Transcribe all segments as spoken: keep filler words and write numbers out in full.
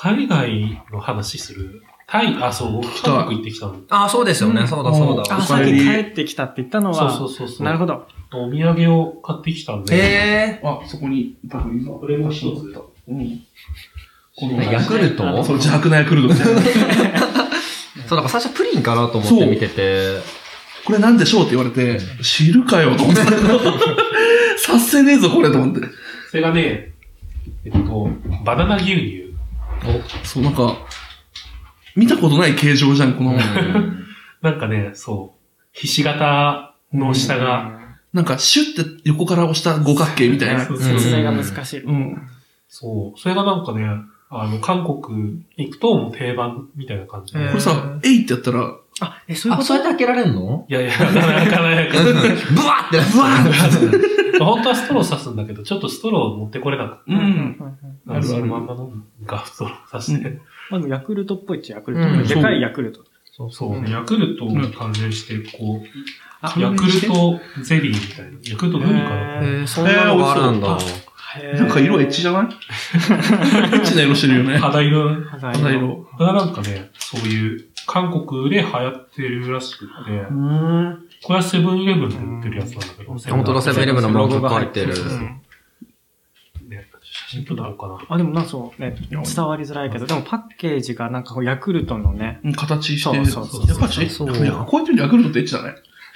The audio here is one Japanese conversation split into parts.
海外の話する。タイ、あ、そう、韓国行ってきたの。 あ、そうですよね。そうだそうだ。 あ、さっき帰ってきたって言ったのは。 そうそうそう。 なるほど。 お土産を買ってきたんで。 へー。あ、そこに、多分今。 これも一つ。 うん。 このヤクルトそう、邪悪なヤクルトみたいな。 そう、なんか最初プリンかなと思って見てて。 これなんでしょうって言われて、知るかよと思ってたけど、させねえぞこれと思って。 それがね、えっと、バナナ牛乳。 お、そう、なんか、見たことない形状じゃん、この。 なんかね、そう、ひし形の下が、 なんか、シュッて横から押した五角形みたいな。 説明が難しい。 うん。 そう、それがなんかね、あの、韓国行くともう定番みたいな感じで。 これさ、えいってやったら、 あ、え、そういうこと？ あ、そうやって開けられるの？ いやいや、なかなかなか。 ブワーってなブワーって本当はストロー刺すんだけど、ちょっとストロー持ってこれなくて。 うん。 あるそのまんま飲むがストロー刺して。 まあ、ヤクルトっぽいっちゃヤクルト。でかいヤクルト。 そうそう。ヤクルトに関連して、こう、ヤクルトゼリーみたいな。ヤクルトグミかな。 へえ、そんなのがあるんだ。 なんか色エッチじゃない？エッチな色してるよね。 肌色。 肌色。 だからなんかね、そういう、韓国で流行ってるらしくて、これはセブンイレブンで売ってるやつなんだけど。 本当だ、セブンイレブンのロゴが入ってる。 ね、写真撮ったのかな。 あ、でもなんかそうね、伝わりづらいけど、でもパッケージがなんかヤクルトのね。 形してる。 そうそうそう。 やっぱり、こうやってるヤクルトってエッチだね。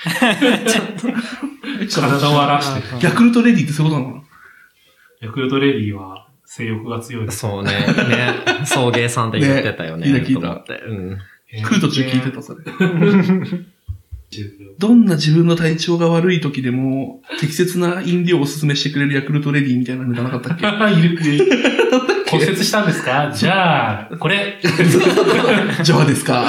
体を荒らして。 ヤクルトレディってそういうことなのかな？ ヤクルトレディは性欲が強いです。 そうね。ね。送迎さんって言ってたよね。 聞いた聞いた。 うん。 来る途中聞いてた、それ。どんな自分の体調が悪い時でも、適切な飲料をおすすめしてくれるヤクルトレディみたいなのがなかったっけ？ いるいる。骨折したんですか？じゃあ、これ。 じゃあですか？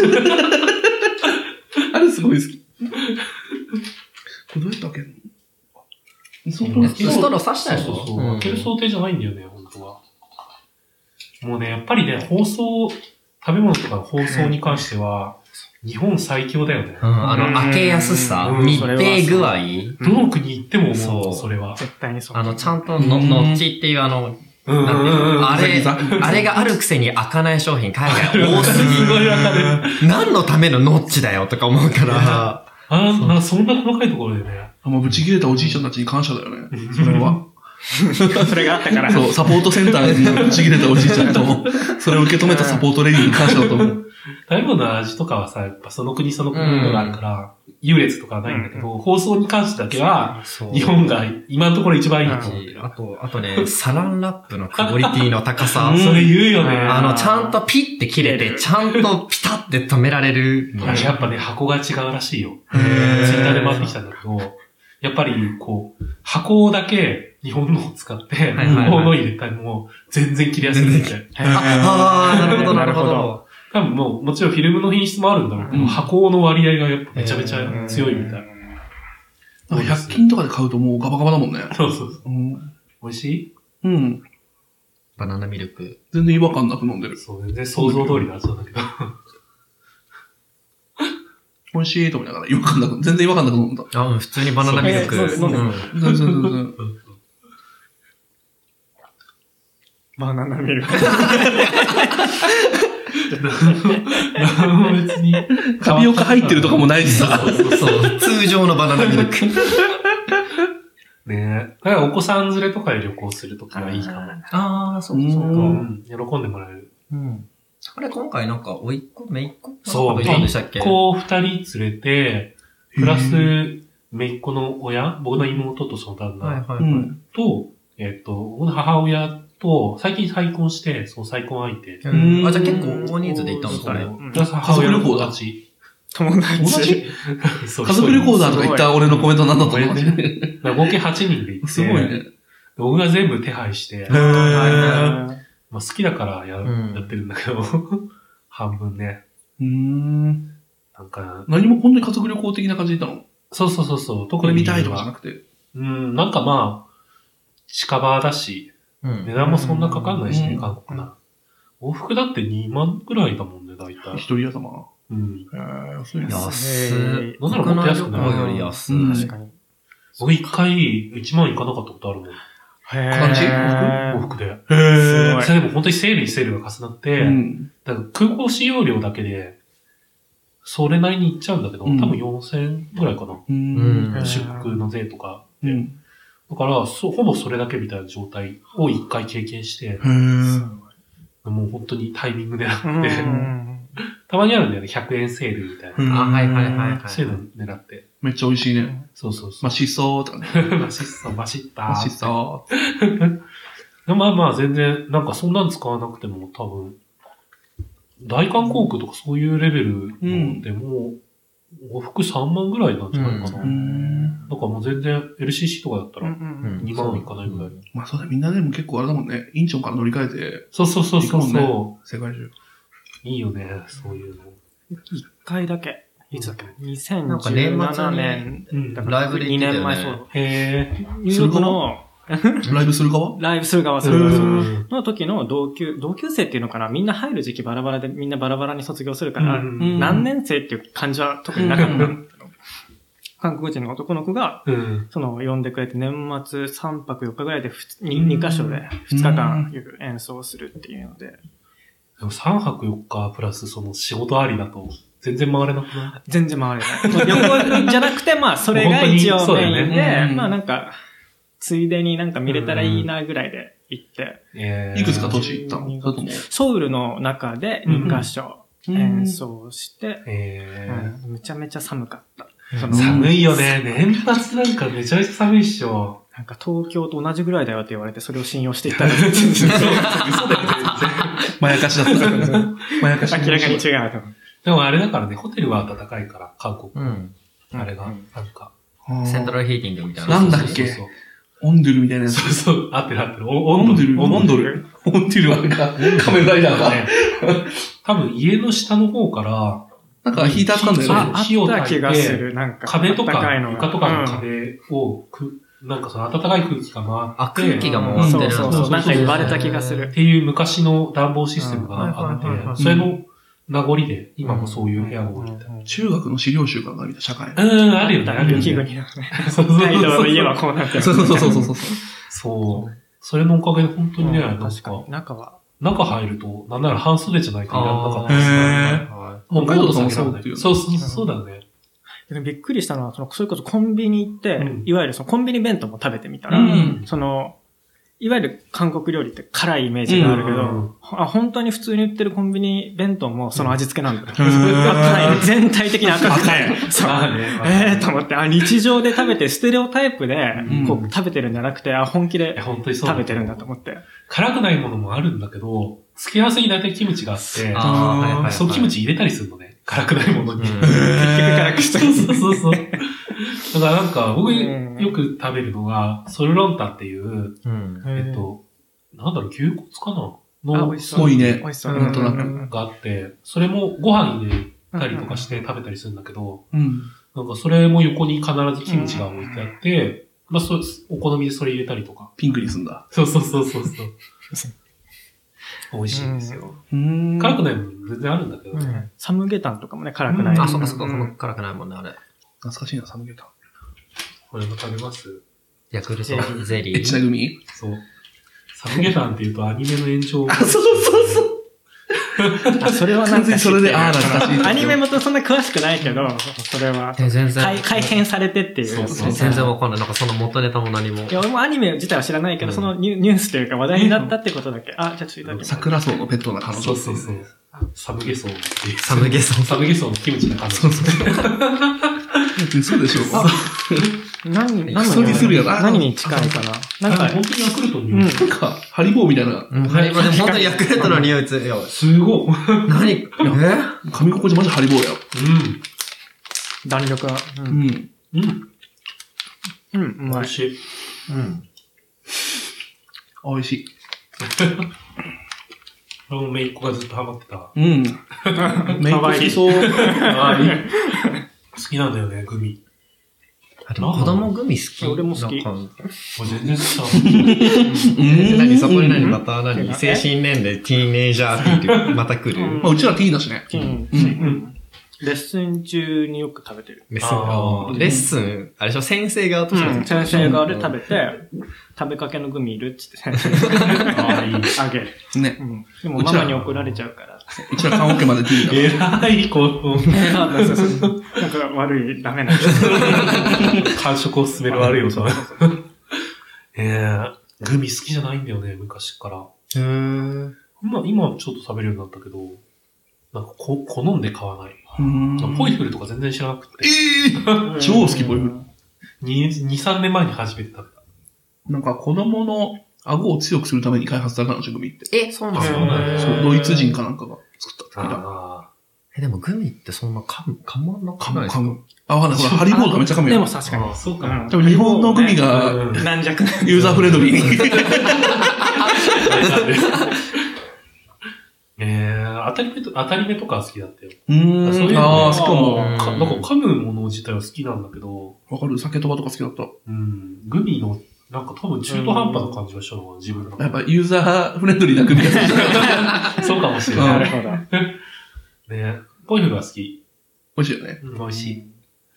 あれすごい好き。これどうやって開けるの？ ストロー刺したよ。 そうそう。開ける想定じゃないんだよね、本当は。もうね、やっぱりね、包装、食べ物とかの包装に関しては、日本最強だよね。 うん、あの、開けやすさ、密閉具合。 どの国行ってももう、それは。 絶対にそう。 あの、ちゃんとの、のっちっていうあの、あれ、あれがあるくせに開かない商品、海外多すぎ。 すごいわかる。 何のためのノッチだよとか思うから。 ああ、そんな細かいところでね。 あ、もうブチ切れたおじいちゃんたちに感謝だよね。それは。 それがあったから。 そう、サポートセンターにブチ切れたおじいちゃんと、それを受け止めたサポートレディに感謝だと思う。 食べ物の味とかはさ、やっぱその国その国のがあるから、優劣とかはないんだけど、包装に関してだけは、日本が今のところ一番いい。 あと、あとね、サランラップのクオリティの高さ。 それ言うよね。 あの、ちゃんとピッて切れて、ちゃんとピタッて止められる。 やっぱね、箱が違うらしいよ。ツイッターで回ってきたんだけど、やっぱり、こう、箱だけ日本のを使って、日本の入れたらもう全然切りやすいみたい。 ああ、なるほど、なるほど。 多分もう、もちろんフィルムの品質もあるんだろうけど、箱の割合がやっぱめちゃめちゃ強いみたい。 なんかひゃく均とかで買うともうガバガバだもんね。 そうそうそう。美味しい？ うん。 バナナミルク。 全然違和感なく飲んでる。 そう、全然想像通りの味なんだけど。 美味しいと思いながら違和感なく、全然違和感なく飲んだ。 あ、うん、普通にバナナミルク。 そうそう。 全然全然。 バナナミルク。 別に。 タピオカ入ってるとかもないしさ。 そう、通常のバナナミルク。 ねえ。だからお子さん連れとかで旅行するときはいいかも。 ああ、そうか、そうか。 うん。喜んでもらえる。 うん。あれ、今回なんか、おいっ子、めいっ子そう、めいっ子二人連れて、プラス、めいっ子の親、僕の妹とその旦那と、えっと、僕の母親と、最近再婚して、そう、再婚相手。 あ、じゃあ結構大人数で行ったんですかね。 母親の友達。 友達家族旅行だとか言った俺のコメントなんだと思うね。 合計はちにんで行って。 すごいね。 僕が全部手配して。 へー。 まあ好きだからや、うん、やってるんだけど、半分ね。 うーん。 なんか、 何も本当に家族旅行的な感じで行ったの？ そうそうそうそう。 特に見たいとかじゃなくて。 うん、なんかまあ、近場だし、うん、値段もそんなかかんないしね、うん、韓国な。往復だってにまんくらいだもんね、大体。 一人頭。 うん。 えー、安いね。 安い。 なんならもっと安くなるより安い。 確かに。 僕一回いちまんいかなかったことあるもん。 感じ往復で。 へー。 それでも本当にセールにセールが重なって、うん、だから空港使用料だけで、それなりにいっちゃうんだけど、うん、多分よんせんえんぐらいかな。うん、出国の税とか、うん。だからそ、ほぼそれだけみたいな状態を一回経験して、もう本当にタイミング狙って、たまにあるんだよね、ひゃくえんセールみたいな。 あ、はいはいはい、はい。 そういうの狙って。 めっちゃ美味しいね。 そうそうそう。 マシそうとかね。 マシそう、マシったー。 マシそう。 まあまあ全然、なんかそんなん使わなくても多分、大韓航空とかそういうレベルのでも、往復さんまんぐらいなんじゃないかな。うん、だからもう全然 エルシーシー とかだったらにまんいかないぐらい。 まあそうだ、みんなでも結構あれだもんね。インチョンから乗り換えて。 そうそうそうそう。ね、 世界中。 いいよね、そういうの。 一回だけ。いつだっけ ?にせんじゅうなななんか年末年。 うん、ライブで行ってたよね。にねんまえそう。 へぇー。ニューヨークの、 ライブする側ライブする側、する側の時の同級、同級生っていうのかな、みんな入る時期バラバラでみんなバラバラに卒業するから、何年生っていう感じは特になかった。韓国人の男の子が、その、呼んでくれて年末さんぱくよっかぐらいで に, にカ所でふつかかん演奏するっていうので。 でもさんぱくよっかプラスその仕事ありだと全然回れなくない？ 全然回れない。旅行じゃなくて、まあそれが一応メインで、ね、まあなんか、ついでになんか見れたらいいなぐらいで行って。 えー、いくつか都市行ったの？ ソウルの中でにカ所演奏して、 えーうん、めちゃめちゃ寒かった。 寒いよね。年末なんかめちゃめちゃ寒いっしょ。 なんか東京と同じぐらいだよって言われて、それを信用していったら全然嘘だよね。 まやかしだった。まやかし。 明らかに違う。 でもあれだからね、ホテルは暖かいから、韓国。うん、あれが、なんか。 セントラルヒーティングみたいな。 なんだっけオンドゥルみたいなやつ。 そうそう、合ってる合ってる。 オンドゥルオンドゥルオンドゥルはなんか、仮面ライダーが。 多分家の下の方から、 なんかヒーター使うんだよね。 火を焚いて、壁とか床とかの壁を、なんかその暖かい空気が回って。 あ、空気が回ってる。 そうそうそう。なんか言われた気がする。 っていう昔の暖房システムがあって、それの名残で今もそういう部屋が多いみたいな。 中学の資料集から見た社会。 うん、あるよね、あるよね。 雪国のね。北海道の家はこうなってる。 そうそうそうそうそう。 そう。それのおかげで本当にね、なんか。 中は。 中入ると、なんなら半袖じゃないといらなかったですね。北海道とかもそうっていう。 そうそう、そうだね。 びっくりしたのは、その、それこそコンビニ行って、うん、いわゆるそのコンビニ弁当も食べてみたら、うん、その、いわゆる韓国料理って辛いイメージがあるけど、うん、あ本当に普通に売ってるコンビニ弁当もその味付けなんだ。うん、全体的に赤くて、そう、ええー、と思って、あ、日常で食べてステレオタイプでこう食べてるんじゃなくて、あ、本気で食べてるんだと思って。 辛くないものもあるんだけど、付け合わせに大体キムチがあって、あそうキムチ入れたりするのね。辛くないものに。結局辛くしたりする。そうそうそう。だからなんか、僕よく食べるのが、ソルロンタっていう、うん、えっと、なんだろう、牛骨かなの、 多いね。 なんとなくがあって、それもご飯入れたりとかして食べたりするんだけど、うん、なんかそれも横に必ずキムチが置いてあって、まあそ、お好みでそれ入れたりとか。 ピンクにすんだ。 そうそうそうそう。美味しいんですよ。辛くないもん全然あるんだけどね。 サムゲタンとかもね、辛くない。 あ、そこそこ、辛くないもんね、あれ。 懐かしいな、サムゲタン。 これも食べますヤクルトゼリー。 エッチなグミそう。サムゲタンって言うとアニメの延長。 あ、そうそうそう。 あ、それはなんかそれで、ああ、懐かしい。 アニメもそんな詳しくないけど、それは。全然。改編されてっていう。 そうそう。全然わかんない。なんかその元ネタも何も。 いや、俺もアニメ自体は知らないけど、そのニュースというか話題になったってことだけ。あ、じゃあちょっといただきます。 桜草のペットな彼女。 そうそうそう。サムゲソウ。 サムゲソウ。 サムゲソウのキムチな彼女。そうそう。 嘘でしょ何、何それするやな。 何に近いかな。なんか、 本当にヤクルトの匂い。 なんか、ハリボーみたいな。 ハリボーで本当にヤクルトの匂いつよ。 すごい。 何え噛み心地マジハリボーや。 うん。弾力が。 うん。うん。 うん、うまい。 美味しい。 うん。 美味しい。 俺もめいっ子がずっとハマってた。 うん。めいっ子好きそう。好きなんだよね、グミ。 あ、でも子供グミ好き。 俺も好き。 俺全然好きだ。何そこに何また何精神年齢、ティーネイジャーって言ってまた来る。 まあうちらティーンだしね。 ティーン。 レッスン中によく食べてる。 レッスン、レッスン、あれでしょ、先生側として、 うん、先生側で食べて、食べかけのグミいるって言って先生ああ、いい。あげる。 ね、 うん。でもママに怒られちゃうから。 うちら棺桶まで D だから。偉い子。 なんか悪い、ダメな人。 完食を進める悪い音。えー、グミ好きじゃないんだよね、昔から。 へー。 今、今ちょっと食べるようになったけど、なんかこ好んで買わない。 うんポイフルとか全然知らなくて。 えー、超好きポイフル。 に、さんねんまえに初めて食べた。 なんか子供の顎を強くするために開発されたの、グミって。 え、そうなんですかね。 そう、ドイツ人かなんかが作ったって聞いた。 え、でもグミってそんな噛む、噛まなくないですか？ 噛む、噛む。あ、わかんない。ほら、ハリボーとかめっちゃ噛むよ。 でも確かに。 そうか。 多分日本のグミが、 軟弱ユーザーフレンドリーに。 えー、当たり目と、当たり目とか好きだったよ。 うーん。 そういうああ、しかも。 かなんか噛むもの自体は好きなんだけど。 わかる。酒とばとか好きだった。 うん。グミの、なんか多分中途半端な感じがしたのが自分の。 やっぱユーザーフレンドリーなグミが好き。 そうかもしれない。 なるほど。ねポイフルは好き。 美味しいよね。 うん、美味しい。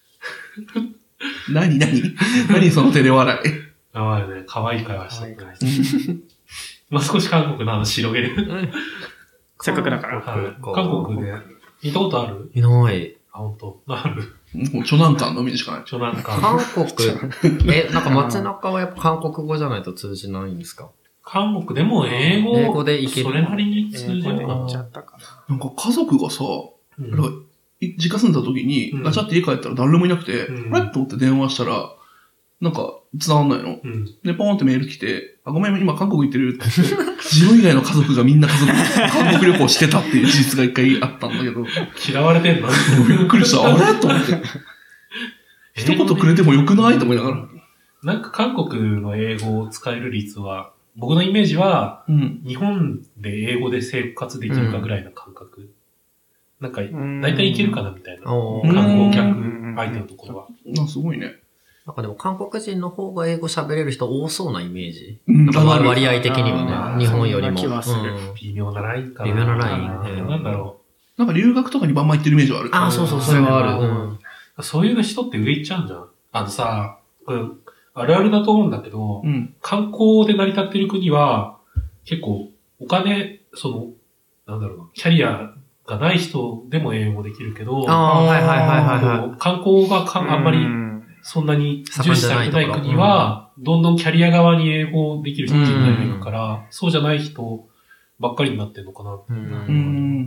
何何何その照れ笑い。 あ、まあね、可愛い会話したくない。まあ少し韓国の話広げる。 せっかくだから。 はい、韓国で、行ったことある？ いない。 あ、本当。ある。 もう、チョナンカンのみでしかない。 チョナンカン。 韓国、え、なんか街中はやっぱ韓国語じゃないと通じないんですか？ 韓国でも英語、 英語でいける。 それなりに通じるかな。 なんか家族がさ、うん、なんか実家住んだ時に、ガチャって家帰ったら誰もいなくて、うん、あれと思って電話したら、なんか繋がんないの。うん、で、ポーンってメール来て、あ、ごめん、今韓国行ってるって言って、自分以外の家族がみんな家族、韓国旅行してたっていう事実が一回あったんだけど。 嫌われてんの？ びっくりした。あれと思って。一言くれてもよくないと思いながら。 なんか韓国の英語を使える率は、僕のイメージは、うん、日本で英語で生活できるかぐらいの感覚。うん、なんか、だいたいいけるかなみたいな。観光客相手のところは。 あ、すごいね。 なんかでも韓国人の方が英語喋れる人多そうなイメージ。うん、なんか割合的にはね、日本よりも。 気はする。 微妙なラインかな。 微妙なライン。 なんだろう。なんか留学とかにバンバン行ってるイメージはある。 あ、そうそう、それはある。うん、 そういう人って上行っちゃうんじゃん。あのさ、うん、あるあるだと思うんだけど、うん、観光で成り立ってる国は、結構、お金、その、なんだろうな、キャリアがない人でも英語できるけど、 あはいはいはいはい、はい、 観光がかあんまり、そんなに重視されてない国は、どんどんキャリア側に英語できる人がいくから、そうじゃない人ばっかりになってるのかな。うん、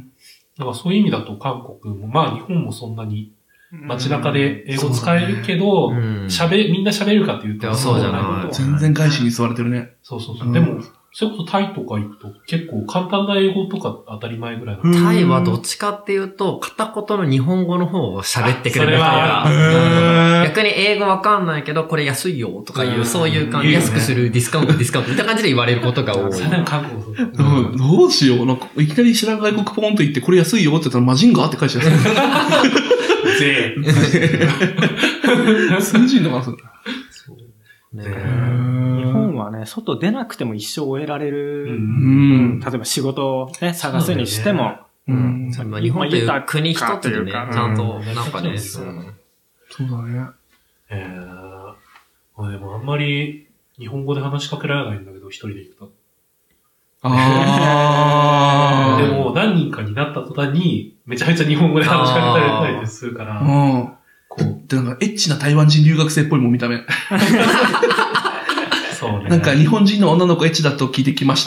だからそういう意味だと韓国も、まあ日本もそんなに街中で英語使えるけど、喋、うん、みんな喋るかっていうとそうじゃない。 全然外資に座れてるね。 そうそうそう。うん、でも、それこそタイとか行くと結構簡単な英語とか当たり前ぐらいの。 タイはどっちかっていうと、片言の日本語の方を喋ってくれる方が、逆に英語わかんないけど、これ安いよとかいう、そういう感じ、安くするディスカウント、ディスカウントみたいな感じで言われることが多い。 それでも韓国そう。 どうしよう。なんか、いきなり知らん外国ポンと言って、これ安いよって言ったらマジンガーって書いてある。 ぜぇ。通じんのかな、それ。 ね、日本はね、外出なくても一生終えられる。うん、例えば仕事をね、探すにしても。 うん、日本という国一つでね、ちゃんと、なんかね、 そうだね。 えー、でもあんまり日本語で話しかけられないんだけど、一人で行くと。あー。でも何人かになった途端に、めちゃめちゃ日本語で話しかけられたりするから、 こう。で、なんかエッチな台湾人留学生っぽいもん見た目。 そうね。 なんか日本人の女の子エッチだと聞いてきました。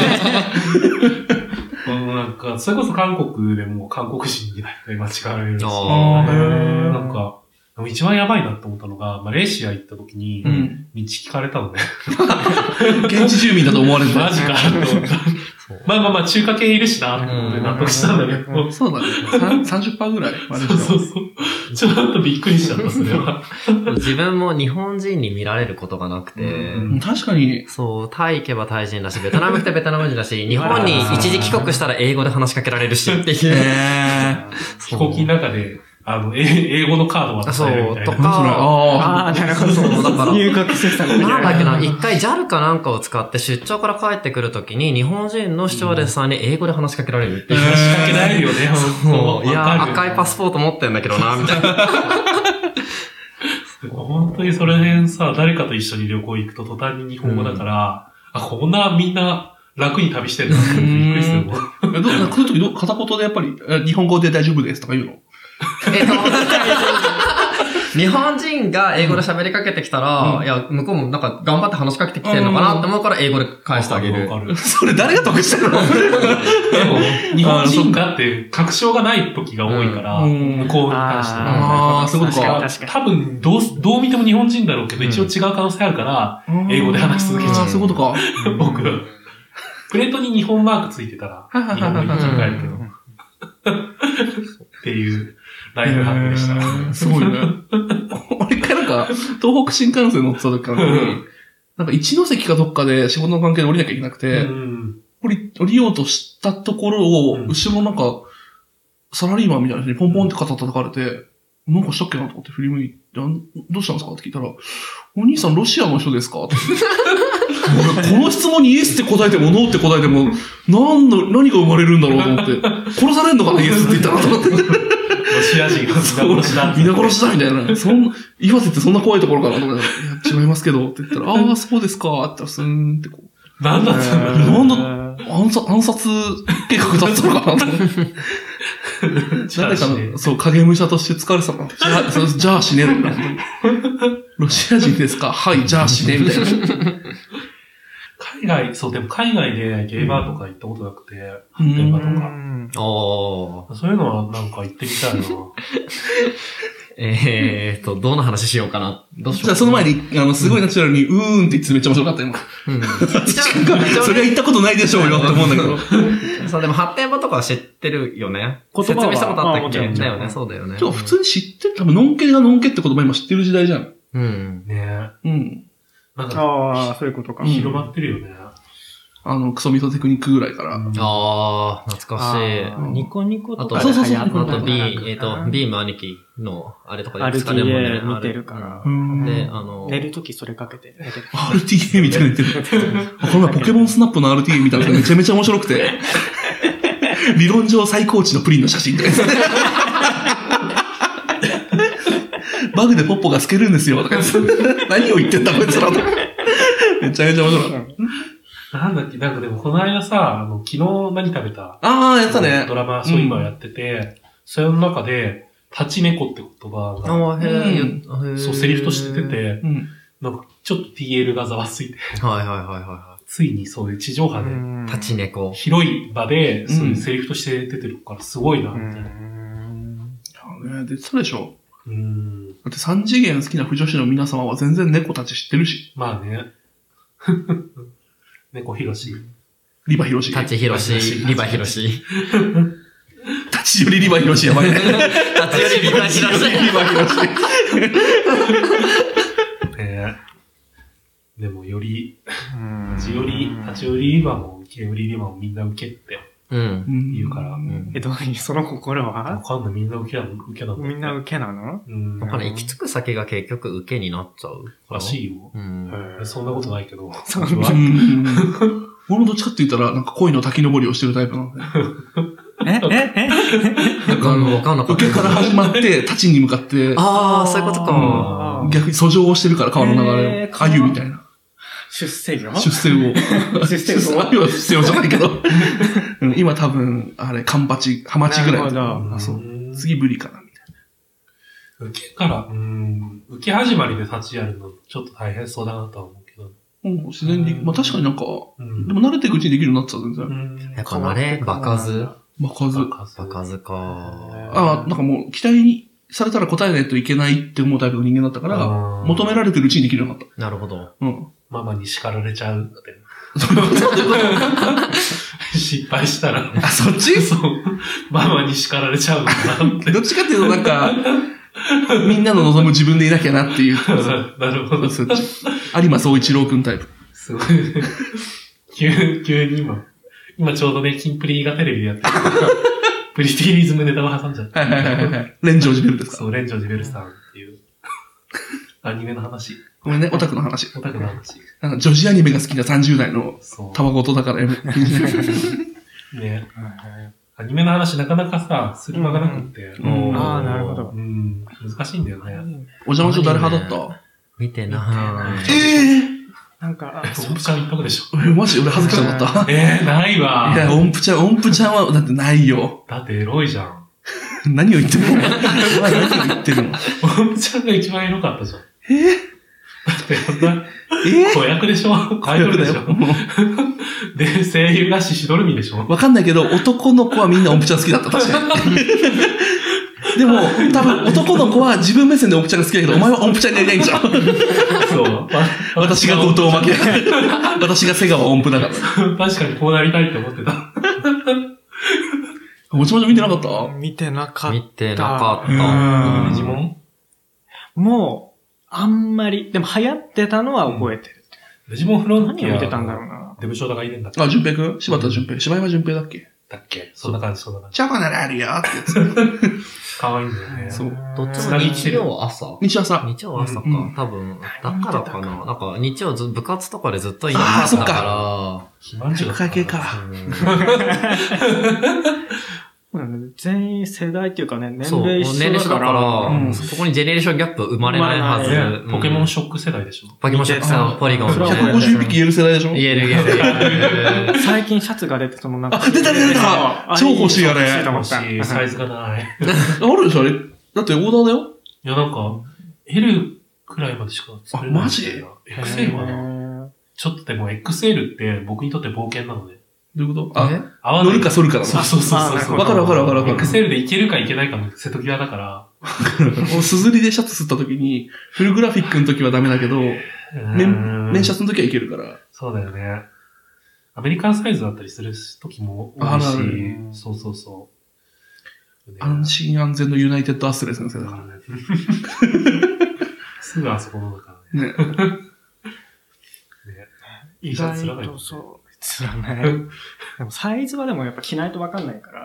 なんか、それこそ韓国でも韓国人に間違われるし、なんか、一番やばいなって思ったのが、マレーシア行った時に、道聞かれたのね。 現地住民だと思われる。 マジかと思った。まあまあまあ、中華系いるしな、ってことで納得したんだけど。 そうだね。さんじゅっパーセント ぐらい。 そうそうそう。ちょっとびっくりしちゃった、それは。 自分も日本人に見られることがなくて。 うん、確かに。 そう、タイ行けばタイ人だし、ベトナム来てベトナム人だし、日本に一時帰国したら英語で話しかけられるしっていう。 飛行機の中で、 あの、英語のカードを渡されるみたいな。 そう、とか。 ああ、なるほど。そう、だから。入学してたなんだっけな、一回 ジャル かなんかを使って出張から帰ってくるときに、日本人のスチュワーデスさんに英語で話しかけられるっていう。 話しかけられるよね、 そう。いや、赤いパスポート持ってんだけどな、みたいな。 本当にそれ辺さ、誰かと一緒に旅行行くと途端に日本語だから、うん、あ、こんなみんな楽に旅してんだってびっくりするもん。 ど、なんかそういう時ど、片言でやっぱり、日本語で大丈夫ですとか言うの？えっと、 日本人が英語で喋りかけてきたら、うん、いや、向こうもなんか頑張って話しかけてきてるのかなって思うから英語で返してあげる。 それ誰が得してるの？ でも、日本人がって確証がない時が多いから、うん、向こうに関しては。 ああ、そういうことか。 多分、どう、どう見ても日本人だろうけど、一応違う可能性あるから、英語で話し続けちゃう。 そういうことか。 僕。プレートに日本マークついてたら、日本語に切り替えるけど。っていう。ライフハックでした。 すごいね。俺一回なんか、東北新幹線乗ってた時から、なんか一ノ関かどっかで仕事の関係で降りなきゃいけなくて、降り、降りようとしたところを、後ろなんか、サラリーマンみたいな人にポンポンって肩叩かれて、なんかしたっけなと思って振り向いて、どうしたんですかって聞いたら、お兄さんロシアの人ですかって。俺この質問にイエスって答えてもノーって答えても、何の、何が生まれるんだろうと思って、殺されんのかなイエスって言ったらと思って。 ロシア人が皆殺しだ。 皆殺しだみたいな。そんな、岩手ってそんな怖いところかなと思って、いや、違いますけどって言ったら、ああ、そうですかって言ったら、スーンってこう。 なんだったんだなんだ、暗殺、暗殺計画だったのかなと思って。誰かの、そう、影武者として使われてたのかな。じゃあ、じゃあ死ねるんだ。ロシア人ですか？はい、じゃあ死ね、みたいな。 海外、そう、でも海外でゲイバーとか行ったことなくて、電話とか。 ああ。 そういうのはなんか行ってみたいな。 えーと、どんな話しようかな。どうしよう。 じゃあその前に、あの、すごいナチュラルに、うーんって言ってめっちゃ面白かった今。うん。それは言ったことないでしょうよって思うんだけど。 そう、でも発展場とかは知ってるよね。説明したことあったっけ？だよね、そうだよね。 今日普通に知ってる。多分、のんけがのんけって言葉今知ってる時代じゃん。 うん。 ねえ。うん。 なんかああ、そういうことか。 広まってるよね。 あの、クソミソテクニックぐらいから。 ああ、懐かしい。 ニコニコとか。 あと、そうそうそう。あと B、えっと、ビーム兄貴の、あれとかで使ってるもんね。 アールティーエー 見てるから。 で、あの、 寝るときそれかけて。 アールティーエー みたいな言ってる。この前ポケモンスナップの アールティーエー 見たのがめちゃめちゃ面白くて。理論上最高値のプリンの写真とか。バグでポッポが透けるんですよ。とか何を言ってんだこいつらと。めちゃめちゃ面白かった。 なんだっけ、なんかでもこの間さ、あの、昨日何食べた？ ああ、やったね。 ドラマ、そう今やってて、うん、それの中で、立ち猫って言葉が、 あへうん、そう、セリフとして出て、うん、なんかちょっと ティーエル がざわついて、 はいはいはいはい。 ついにそういう地上波で、 立ち猫。 広い場で、そういうセリフとして出てるからすごいな、みたいな。 うん。出てたでしょ。うん。だって三次元好きな不女子の皆様は全然猫たち知ってるし。 まあね。猫ひろし。 リバひろし。 タチひろし。リバひろし。 タチよりリバひろしやばいね。 タチよりリバひろし。 リバひろし。 ねえ。でもより、タチより、タチよりリバも、ケウリリバもみんな受けって。うん。言うから。 え、どういう、その心はわかんない。みんな受けなの、受けなの。 みんな受けなのうん。だから行き着く先が結局受けになっちゃう。 らしいよ。うん。そんなことないけど。 そう。俺もどっちかって言ったら、なんか恋の滝登りをしてるタイプなので。 えええなんかあの、わかんなかった。 受けから始まって、立ちに向かって。 ああ、そういうことか。 逆に訴状をしてるから、川の流れを。あゆみたいな。 出世魚出世魚。 出世魚あゆは出世魚じゃないけど。今多分、あれ、カンパチ、ハマチぐらい。あ、そう。次ブリかな、みたいな。受けから、うん、受け始まりで立ちやるの、ちょっと大変そうだなとは思うけど。 うん、自然に、まあ確かになんか、うん、でも慣れていくうちにできるようになってた、全然。 うん、やっぱ慣れ、場数場数。 場数か。 ああ、なんかもう、期待にされたら答えないといけないって思うタイプの人間だったから、求められてるうちにできるようになった。 なるほど。 うん。ママに叱られちゃうって。失敗したら。 あ、そっち？ そう。ママに叱られちゃうんだなって。 どっちかっていうとなんか、みんなの望む自分でいなきゃなっていう。 なるほど。 そっち。有馬総一郎くんタイプ。 すごいね。急、急に今。今ちょうどね、キンプリがテレビでやってるから、 プリティリズムネタを挟んじゃった。 はいはいはいはい。レンジョージベルですか？ そう、レンジョージベルさんっていう。アニメの話。 ごめんね、オタクの話。 オタクの話。 なんか女子アニメが好きなさんじゅう代のタバコとだからやめ。 ね。アニメの話なかなかさ、する間がなくって。 ああ、なるほど。 うん。難しいんだよね。 お邪魔女誰派だった？ 見てなぁ。えぇなんか、 音符ちゃん一択でしょ。 え、マジ俺恥ずかしかった。 えー、ないわ。 いや、音符ちゃん、音符ちゃんは、だってないよ。 だってエロいじゃん。 何を言ってるの？何を言ってるの？ 音符ちゃんが一番エロかったじゃん。 えー、 だってやんな。えー、子役でしょ？アイドルでしょ？で、声優がシシドルミでしょ？ わかんないけど、男の子はみんな音符ちゃん好きだった、確かに。でも、多分男の子は自分目線で音符ちゃんが好きだけど、お前は音符ちゃんになりたいんじゃん。そう。私が後藤巻きだから。私が瀬川音符だから。 確かにこうなりたいって思ってた。 もちもち見てなかった？ 見てなかった。 見てなかった。 デジモン？ もう、あんまり、でも流行ってたのは覚えてる。 デジモンフロンティア。 何を見てたんだろうな。 デブショーダがいるんだっけ？ あ、淳平くん？柴田淳平。柴山淳平だっけ？ だっけ？そんな感じ、そんな感じ。 チャコならあるよってやつ。 かわいいんだよね。 そう。 どっちも日曜朝日朝。 日曜朝か。多分、だからかな。なんか日曜ず部活とかでずっと家にいたから。 肥満児会計か。 全員世代っていうかね、年齢一緒だから。 年齢一緒だから、そこにジェネレーションギャップ生まれないはず。 ポケモンショック世代でしょ？ ポケモンショックさん、ポリゴン。 ひゃくごじゅうびき言える世代でしょ？ 言える言える。 最近シャツが出て、そのなんか。 あ、出た出た出た！超欲しいあれ。 欲しい。サイズがない。あるでしょあれ？だってオーダーだよ。 いやなんか、L くらいまでしか作れない。 あ、マジ？ エックスエル かな？ちょっとでも エックスエル って僕にとって冒険なので。 どういうこと？あ、合わない。乗るか反るかだ。 そうそうそうそう。 わかるわかるわかるわかる。 エックスエル でいけるかいけないかの瀬戸際だから。 すずりでシャツ吸った時に、フルグラフィックの時はダメだけど、面、面シャツの時はいけるから。 そうだよね。アメリカンサイズだったりする時も多いし、そうそうそう。 安心安全のユナイテッドアスレ先生だからね。 すぐあそこのだからね。ね。いいシャツらないもんね。 つらない。でもサイズはでもやっぱ着ないとわかんないから、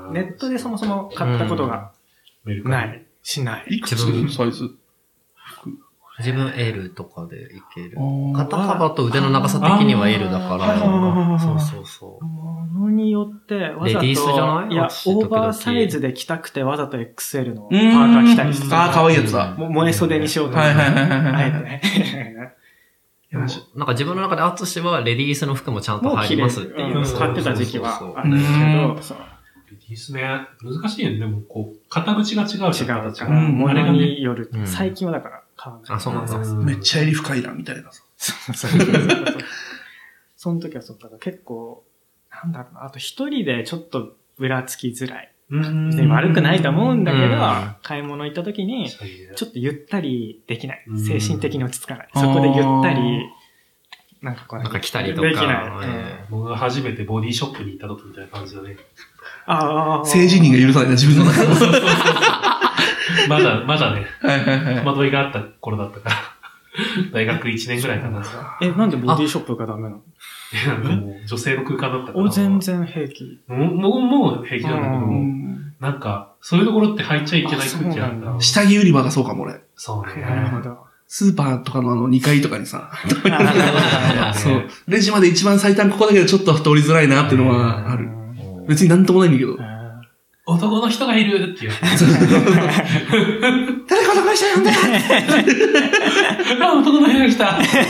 ネットでそもそも買ったことがない、しない。 いくつサイズ？ 自分 L とかでいける。肩幅と腕の長さ的には L だから。そうそうそう。 ものによってわざと、レディースじゃない？いや、オーバーサイズで着たくてわざと エックスエル のパーカー着たりして。 ああ、可愛いやつだ。 萌え袖にしようと思って。はいはいはいはい。あえて。 なんか自分の中でアツシはレディースの服もちゃんと入りますっていう。 買ってた時期はあるんですけど。レディースね、難しいよね。でも、こう、肩口が違う。 違うから、ものによる。最近はだから買わない。 あ、そうなんですめっちゃ襟深いな、みたいな。 そうそうそう。その時はそうだから結構、なんだろうな、あと一人でちょっとぶらつきづらい。で悪くないと思うんだけど、買い物行った時に、ちょっとゆったりできない。精神的に落ち着かない。そこでゆったり、なんかこう、 なんか来たりとか。 できない。 僕が初めてボディショップに行った時みたいな感じだね。 ああ。 政治人が許さないな、自分の中で。 まだ、まだね。戸惑いがあった頃だったから。大学いちねんぐらいかな。 え、なんでボディショップがダメなの？ え、なんかもう女性の空間だったから。 お、全然平気。 もう、もう平気なんだけど、なんか、そういうところって入っちゃいけない空気あるんだ。 下着売り場がそうかも、俺。 そうね。 なるほど。 スーパーとかのあのにかいとかにさ、そう、レジまで一番最短ここだけどちょっと通りづらいなっていうのはある。別になんともないんだけど。 男の人がいるっていう。 誰か男の人呼んであ、男の人が来た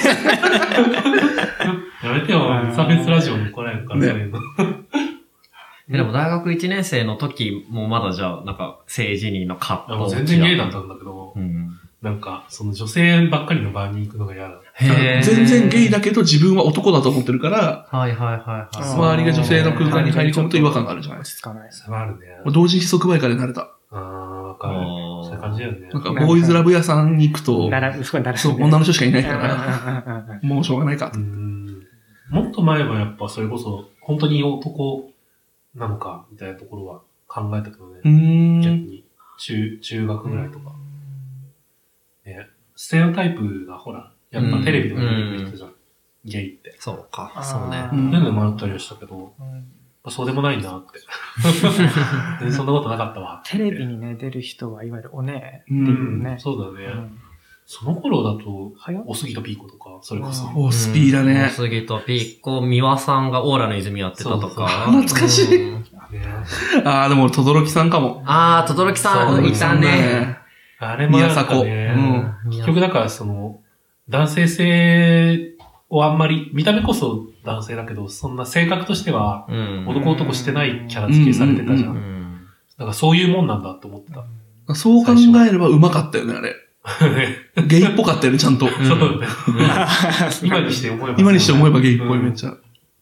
やめてよ、差別ラジオに来ないのかな、そういうの。 でも大学いちねん生の時もまだじゃあ、なんか政治人のカット。 全然ゲイだったんだけど、うん、なんか、その女性ばっかりの場に行くのが嫌だ。 全然ゲイだけど自分は男だと思ってるから、 はいはいはいはい。 周りが女性の空間に入り込むと違和感があるじゃない。 落ち着かない。 それはあるね。 同時に即売会で慣れた。 ああ、わかる。そういう感じだよね。 なんか、ボーイズラブ屋さんに行くと、そう、女の人しかいないから、もうしょうがないかと。 もっと前はやっぱそれこそ、本当に男なのか、みたいなところは考えたけどね。逆に、中、中学ぐらいとか。ね、ステレオタイプがほら、やっぱテレビとか出てくる人じゃん。ゲイって。 そうか、そうね。 そういうのもあったりはしたけど、 あ、そうでもないなって。全然そんなことなかったわ。 テレビにね、出る人はいわゆるおねえっていうね。 うん、そうだね。うん、その頃だと、おすぎとピーコとか、それこそ。 おスピーだね。 おすぎとピーコ、三輪さんがオーラの泉やってたとか。 懐かしい。うん、ああ、でも、とどろきさんかも。 ああ、とどろきさんいたね。 あれもなんかね、うん、結局だからその、男性性をあんまり、見た目こそ男性だけど、そんな性格としては、男男してないキャラ付けされてたじゃん。だからそういうもんなんだと思ってた。 そう考えれば上手かったよね、あれ。ゲイっぽかったよね、ちゃんと。そうだね。 今にして思えば。 今にして思えばゲイっぽい、めっちゃ。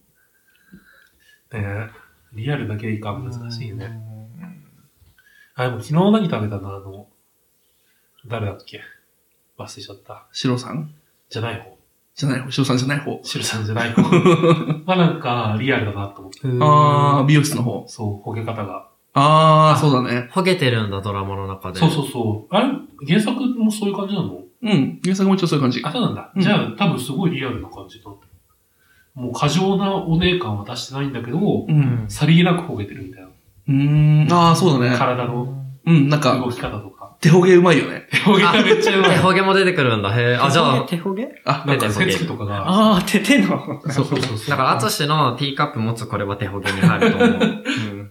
ねリアルなゲイ感難しいね。あ、でも昨日何食べたのあの、誰だっけ忘れちゃった。 シロさんじゃない方。 じゃない方。シロさんじゃない方。 シロさんじゃない方。まあなんか、リアルだなと思って。 あー、美容室の方。 そう、ほげ方が。 あー、そうだね。 ほげてるんだ、ドラマの中で。 そうそうそう。あれ原作もそういう感じなの？ うん。原作も一応そういう感じ。 あ、そうなんだ。うん、じゃあ、多分すごいリアルな感じだった。もう過剰なお姉感は出してないんだけど、うん、さりげなくほげてるみたいな。 うーん。あー、そうだね。 体の。 うん、なんか。 動き方とか。 手ほげうまいよね。 手ほげがめっちゃうまい。 手ほげも出てくるんだ。へえ。あ、じゃあ。 手ほげあ、なんか、手つきとかが。 ああ、手、手の。 そうそうそう。 だから、アツシのティーカップ持つこれは手ほげに入ると思う。うん。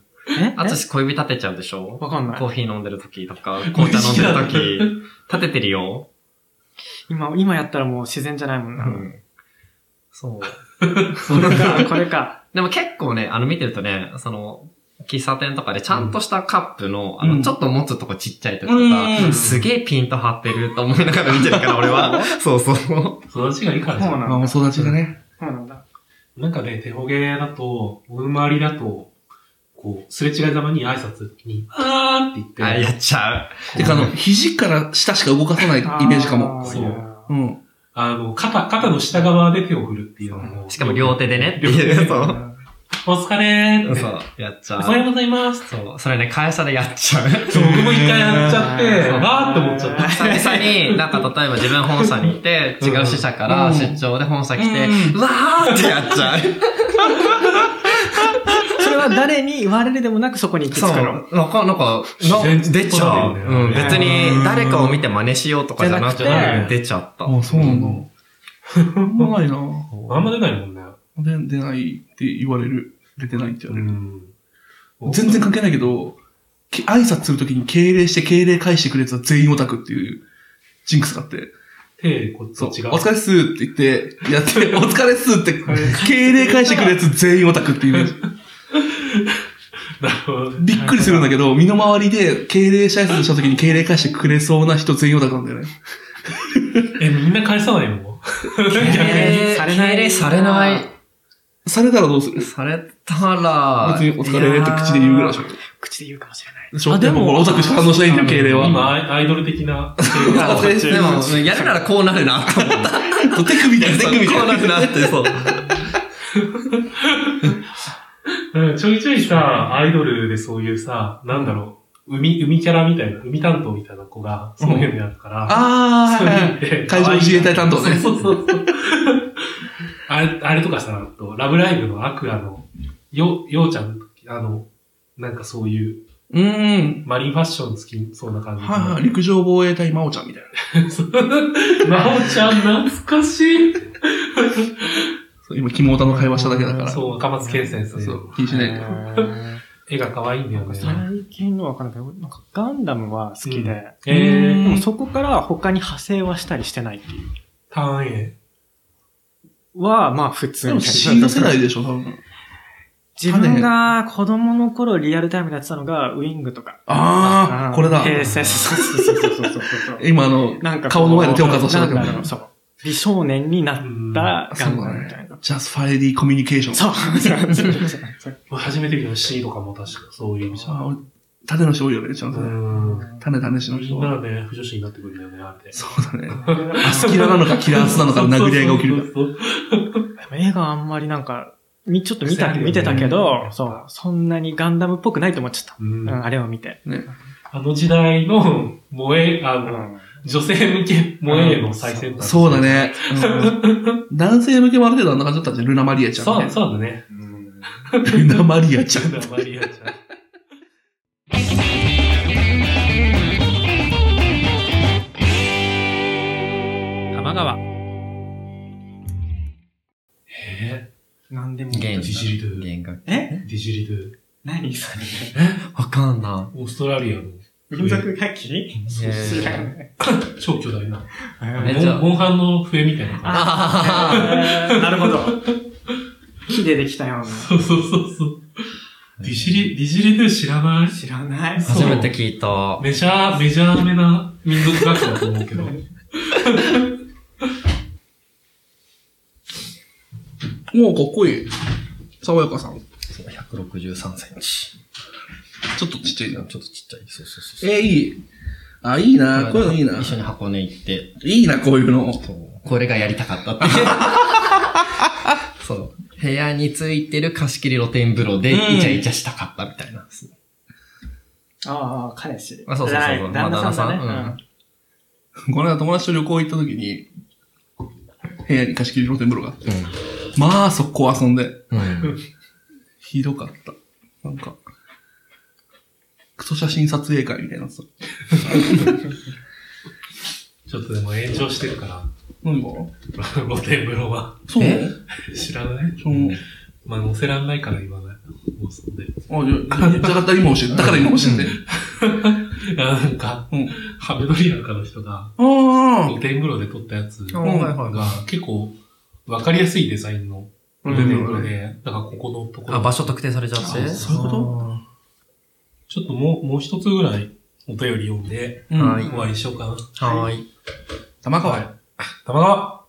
えアツシ小指立てちゃうでしょ？ わかんない。 コーヒー飲んでる時とか、紅茶飲んでる時、立ててるよ。 今、今やったらもう自然じゃないもんな。うん、 そう。 それか、これか。 でも結構ね、あの見てるとね、その、喫茶店とかでちゃんとしたカップの、うん、あの、ちょっと持つとこちっちゃい時とか、うん、すげえピンと張ってると思いながら見てるから、俺は。そうそう。 育ちがいいからじゃん。 そうなんだ。育ちだね。 そうなんだ。 なんかね、手ほげだと、お周りだと、こう、すれ違いざまに挨拶に、あーって言って。 あ、やっちゃう。てか、あの、肘から下しか動かさないイメージかも。 そう。うん。あの、肩、肩の下側で手を振るっていうのも。 しかも両手でねっていう。そう。 お疲れーって。 そう、やっちゃう。 おはようございます。 そう、それね、会社でやっちゃう。 そう、僕も一回やっちゃって、わーって思っちゃった。 久々に、なんか例えば自分本社にいて、違う支社から出張で本社来て、うわーってやっちゃう。 それは誰に言われるでもなくそこに行き着くの？ なんか、なんか、出ちゃう。うん、別に誰かを見て真似しようとかじゃなくて、出ちゃった。 あ、そうなんだ。あんまないな。 あんま出ないもんね。 で出ないって言われる。出てないって言われる。うん、全然関係ないけど、挨拶するときに敬礼して敬礼返してくるやつは全員オタクっていうジンクスがあって。 手、こっちが。 お疲れっすって言って、やって、お疲れっすって、敬礼返してくるやつ全員オタクっていう。びっくりするんだけど、身の回りで敬礼した挨拶したときに敬礼返してくれそうな人全員オタクなんだよね。 え、みんな返さないの？ 敬礼されない。敬礼されない。 されたらどうする？ されたら。 別にお疲れって口で言うぐらいでしょ。 口で言うかもしれない。 でしょ？あ、でも、オタクしか反応しないんだよ、敬礼は。 今、アイドル的な。 でも、やるならこうなるな、と思った。 手首だよ、手首こうなるなって、そう。 ちょいちょいさ、アイドルでそういうさ、なんだろう、海、海キャラみたいな、海担当みたいな子が、そういうのやるから。 ああ、海上自衛隊担当ね。 そうそうそう。あれ、あれとかさ、ラブライブのアクアの、よ、ようちゃんの時、あの、なんかそういう、 うん。 マリンファッション好きそうな感じ。 はいはい、陸上防衛隊真央ちゃんみたいな。真央ちゃん懐かしい。 今、肝オタの会話しただけだから。 そう、赤松健先生。 そう、気にしないで。 絵が可愛いんだよね。 最近のわからないけど、なんかガンダムは好きで、うん、 えー、 でもそこから他に派生はしたりしてないっていう。 ターン A は、まあ普通に。 でもシード世代でしょ、多分。 自分が子供の頃リアルタイムでやってたのがウィングとか。 ああ、これだ。 平成、そうそうそうそうそう。 今あの、なんか顔の前で手をかざしただけだけど。 そう。美少年になったガンダムみたいな。 ジャスファイディコミュニケーション。 そう。 初めて見た C とかも確かそういう意味じゃん。 種の人多いよね、ちゃんとね。種種しの人。 みんなね、不女子になってくるんだよね、あれで。 そうだね。アスキラなのかキラースなのか殴り合いが起きるか。 映画あんまりなんか、ちょっと見た、見てたけど、そう、そんなにガンダムっぽくないと思っちゃった。うん、あれを見て。 ね。あの時代の、萌え、あの、女性向け萌えの最先端。 そうだね。男性向けもある程度あんな感じだったんじゃん、ルナマリアちゃん。 そう、そうだね。 ルナマリアちゃん。 ルナマリアちゃん。 玉川。 えぇ、なんでも。 ゲンディジリドゥ。 ゲンが。 えディジリドゥ。 何それ。 わかんなオーストラリアの。 民族楽器そう知らない。 超巨大な。 えじゃあモンハンの笛みたいな感あーなるほど。木でできたような。 じ。そうそうそうそう。ディジリ、ディジリドゥ知らない？ 知らない。 初めて聞いた。 メジャー、メジャーめな民族楽器だと思うけど。 もうかっこいい。爽やかさん。 そう、ひゃくろくじゅうさんセンチ。 ちょっとちっちゃいな。 ちょっとちっちゃい。そうそうそう。 えー、いい。あ、いいな。こういうのいいな。 一緒に箱根行って。 いいな、こういうの。 そう。これがやりたかったって。そう。部屋についてる貸し切り露天風呂でイチャイチャしたかったみたいな。 ああ、彼氏。 あ、そうそうそう。 旦那さんだね。 うん。この間友達と旅行行った時に、部屋に貸し切り露天風呂があって。まあ、速攻遊んで。 うん。 ひどかった。なんか、クソ写真撮影会みたいなさ。 ちょっとでも炎上してるから。 何が露天風呂は。 そう知らないそう。 まあ、載せらんないから言わない。放送で。 あ、じゃあ、だから今教えて。だから今教えて。 いや、なんか、うん、ハメドリアカの人が、露天風呂で撮ったやつが、結構、わかりやすいデザインの露天風呂で、だからここのところ。 あ、場所特定されちゃって。 そういうことちょっともう、もう一つぐらいお便り読んで、はい。終わりしようかな。 はい。 玉川。 玉川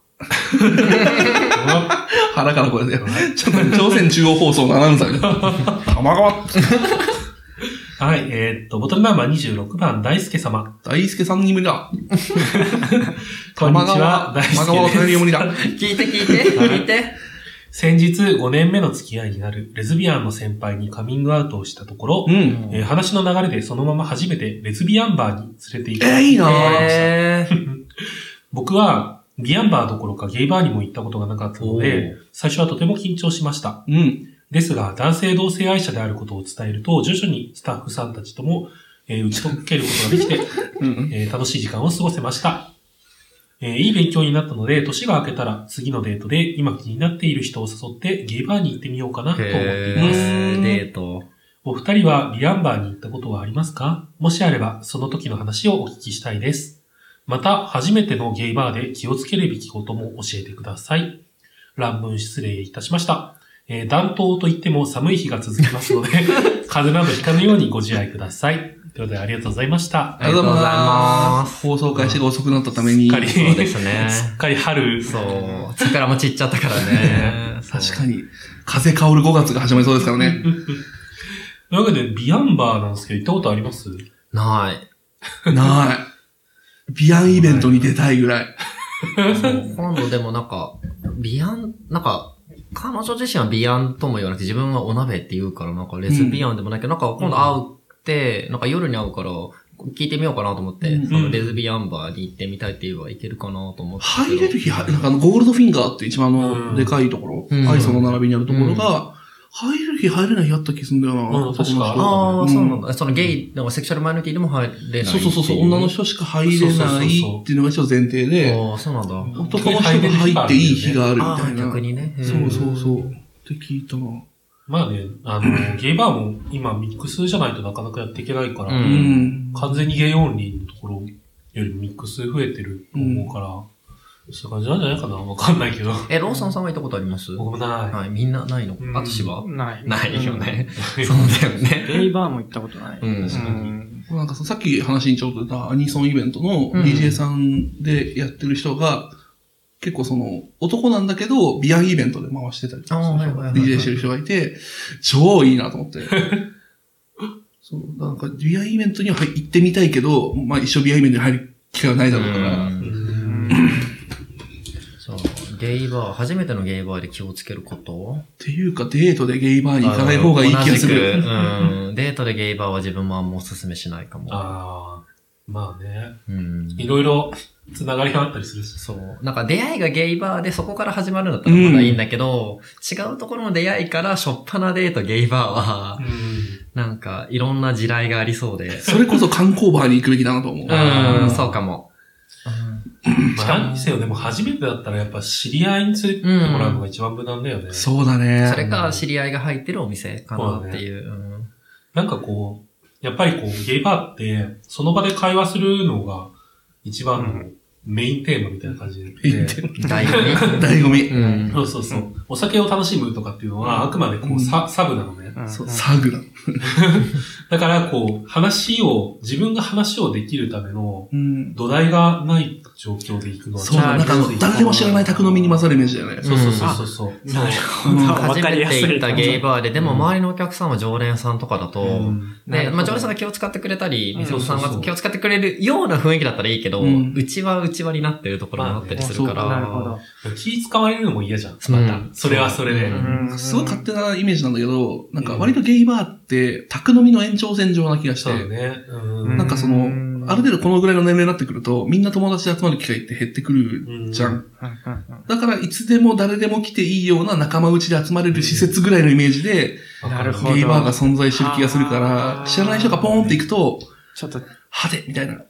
腹からこれで。ちょっと朝鮮中央放送のアナウンサーが。玉川はい、えー、っと、ボトルナンバーにじゅうろくばん、大輔様。 大輔さんに無理だ。 こんにちは、大輔です。 玉川さんに無理だ。 聞いて聞いて、聞いて。 先日ごねんめの付き合いになるレズビアンの先輩にカミングアウトをしたところ、うんえー、話の流れでそのまま初めてレズビアンバーに連れて行ってもらいました。えー、いいなえー、僕はビアンバーどころかゲイバーにも行ったことがなかったので、最初はとても緊張しました。うん、ですが、男性同性愛者であることを伝えると、徐々にスタッフさんたちとも、えー、打ち解けることができて、うんえー、楽しい時間を過ごせました。えー、いい勉強になったので、年が明けたら次のデートで今気になっている人を誘ってゲイバーに行ってみようかなと思っています。 デート。 お二人はビアンバーに行ったことはありますか？もしあれば、その時の話をお聞きしたいです。また、初めてのゲイバーで気をつけるべきことも教えてください。乱文失礼いたしました。えー、暖冬といっても寒い日が続きますので、風邪などひかぬようにご自愛ください。ということでありがとうございました。 ありがとうございます。 放送開始が遅くなったために。 すっかり、 そうですね。 すっかり春。 そう。桜も散っちゃったからね。 確かに。風香るごがつが始まりそうですからね。 というわけで、ビアンバーなんですけど、行ったことあります？ ない。 ない。ビアンイベントに出たいぐらい。 今度でもなんか、ビアン、なんか、彼女自身はビアンとも言わなくて自分はお鍋って言うからなんかレズビアンでもないけど、うん、なんか今度会うって、なんか夜に会うから聞いてみようかなと思って、うん、そのレズビアンバーに行ってみたいって言えばいけるかなと思って。 入れる日、なんかあのゴールドフィンガーって一番あの、でかいところ、アイソの並びにあるところが、入れる日入れない日あった気するんだよな。 うん、確か。 ああ、そうなんだ。そのゲイ、なんかセクシャルマイノリティでも入れない。 そうそうそう、女の人しか入れないっていうのが一応前提で。 ああ、そうなんだ。 男の人が入っていい日があるみたいな。 逆にね。 そうそうそう。って聞いたな。 まあね、あの、ゲイバーも今ミックスじゃないとなかなかやっていけないから、うん、完全にゲイオンリーのところよりミックス増えてると思うから、うんそういう感じなんじゃないかなわかんないけど。 え、ローソンさんは行ったことあります？ 僕もない。 はい、みんなないの？あとしはない。 ないよね。そうだよね。 ゲイバーも行ったことない。 うん。 確かに。 なんかさっき話にちょうど出たアニソンイベントの ディージェー さんでやってる人が、結構その、男なんだけど、ビアンイベントで回してたりとか、ディージェー してる人がいて、超いいなと思って。そう、なんかビアンイベントには行ってみたいけど、まあ一生ビアンイベントに入る機会はないだろうから。 ゲイバー、初めてのゲイバーで気をつけることっていうか、デートでゲイバーに行かない方がいい気がする。 うん。デートでゲイバーは自分もあんまおすすめしないかも。 ああ、まあね。 うん。 いろいろつながりがあったりするし。 そう。なんか出会いがゲイバーでそこから始まるんだったらまだいいんだけど、うん、違うところの出会いからしょっぱなデートゲイバーは、うん、なんかいろんな地雷がありそうで。 それこそ観光バーに行くべきだなと思う。 うん、そうかも。 まあ、何にせよでも初めてだったらやっぱ知り合いに連れてってもらうのが一番無難だよね。うん、 そうだね。 それか知り合いが入ってるお店かなっていう。うん、 なんかこう、やっぱりこうゲイバーってその場で会話するのが一番のメインテーマみたいな感じで。 醍醐味醍醐味。 うん。そうそうそう。お酒を楽しむとかっていうのはあくまでこうサ、サブなのね。 そう、サグなの。 だからこう、話を、自分が話をできるための土台がない状況で行くのは、 そうだ、なんか誰でも知らない宅飲みに勝るイメージだよね。 そうそうそうそう。 なるほど。初めて行ったゲイバーで、でも周りのお客さんは常連さんとかだと、ね、まあ常連さんが気を使ってくれたり、店主さんが気を使ってくれるような雰囲気だったらいいけど、うちはうちはになってるところもあったりするから。 なるほど。 気使われるのも嫌じゃん。また。それはそれで。 すごい勝手なイメージなんだけど、なんか割とゲイバーって、宅飲みの延長線上な気がして、 そうね。 なんかその、ある程度このぐらいの年齢になってくると、みんな友達で集まる機会って減ってくるじゃん。だからいつでも誰でも来ていいような仲間内で集まれる施設ぐらいのイメージで、ゲイバーが存在してる気がするから、知らない人がポーンって行くと、 ちょっと、 はてみたいな。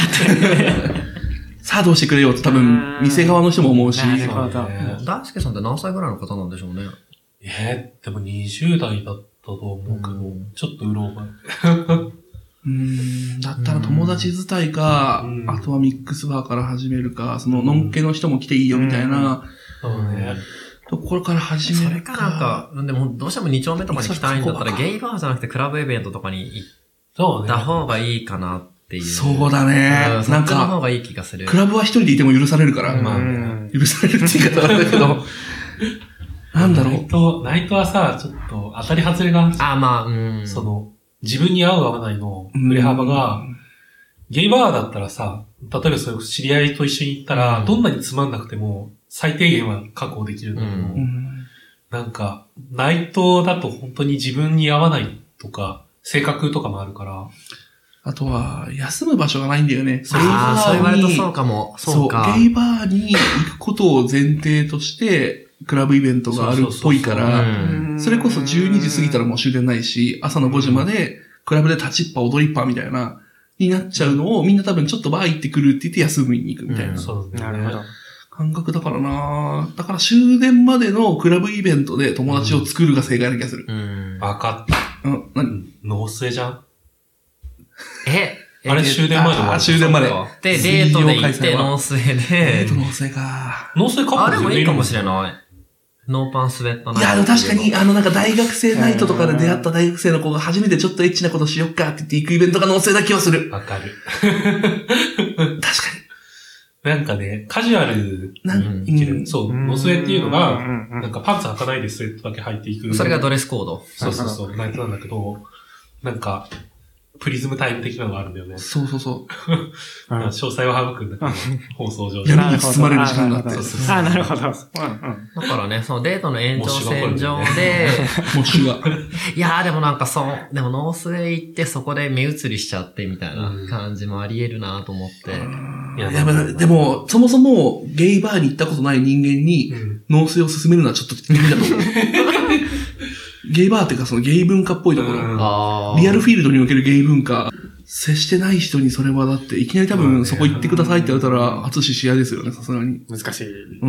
さあどうしてくれよって多分、店側の人も思うし。 なるほど。 大輔さんって何歳ぐらいの方なんでしょうね。 えー、でもにじゅう代だったと思うけど、ちょっとうろ覚え。 うーん、だったら友達伝いか、あとはミックスバーから始めるか、その、のんけの人も来ていいよみたいな、 そうね。 ところから始めるか。 それかなんか、でもどうしてもに丁目とかに来たいんだったら、ゲイバーじゃなくてクラブイベントとかに行った方がいいかなっていう。 そうだね。 なんか、そっちの方がいい気がする。 クラブは一人でいても許されるから。 まあね。 許されるって言い方なんだけど。なんだろう。 ナイト、ナイトはさ、ちょっと当たり外れがある。 あ、まあ、うん。 その、自分に合う合わないの振れ幅が、ゲイバーだったらさ、例えばそういう知り合いと一緒に行ったら、どんなにつまんなくても、最低限は確保できるんだけど、なんか、ナイトだと本当に自分に合わないとか、性格とかもあるから、 あとは、休む場所がないんだよね。 ああ、そう言われるとそうかも。 そうか。ゲイバーに行くことを前提として、クラブイベントがあるっぽいから、それこそじゅうにじ過ぎたらもう終電ないし、朝のごじまでクラブで立ちっぱ踊りっぱみたいな、になっちゃうのをみんな多分ちょっとバー行ってくるって言って休みに行くみたいな。 そうなるほど。 感覚だからなだから終電までのクラブイベントで友達を作るが正解な気がする。 うん。わかった。 うん、何ノースエじゃんえあれ終電まであ、終電まで。 で、デートで行ってノースエで。 デートノースエか。 ノースエカップルあ、でもいいかもしれない。ノーパンスウェットナイト。いや、でも確かに、あのなんか大学生ナイトとかで出会った大学生の子が初めてちょっとエッチなことしよっかって言って行くイベントがノースエな気がする。 わかる。 確かに。 なんかね、カジュアルにいける。そう、ノースエっていうのが、なんかパンツ履かないでスウェットだけ履いていく。 それがドレスコード。 そうそうそう、ナイトなんだけど、なんか、プリズムタイム的なのがあるんだよね。 そうそうそう。 詳細は省くんだけど、放送上で。闇に包まれる時間があって。 あ、なるほど。だからね、そのデートの延長線上で、 もしが。 いやーでもなんかそう、でもノースへ行ってそこで目移りしちゃってみたいな感じもあり得るなと思って。 いや、でも、そもそもゲイバーに行ったことない人間に、ノースへを進めるのはちょっと無理だと思う。ゲイバーっていうかそのゲイ文化っぽいところ。リアルフィールドにおけるゲイ文化。接してない人にそれはだって、いきなり多分そこ行ってくださいって言われたら、初し試合ですよね、さすがに。 難しい。 うん。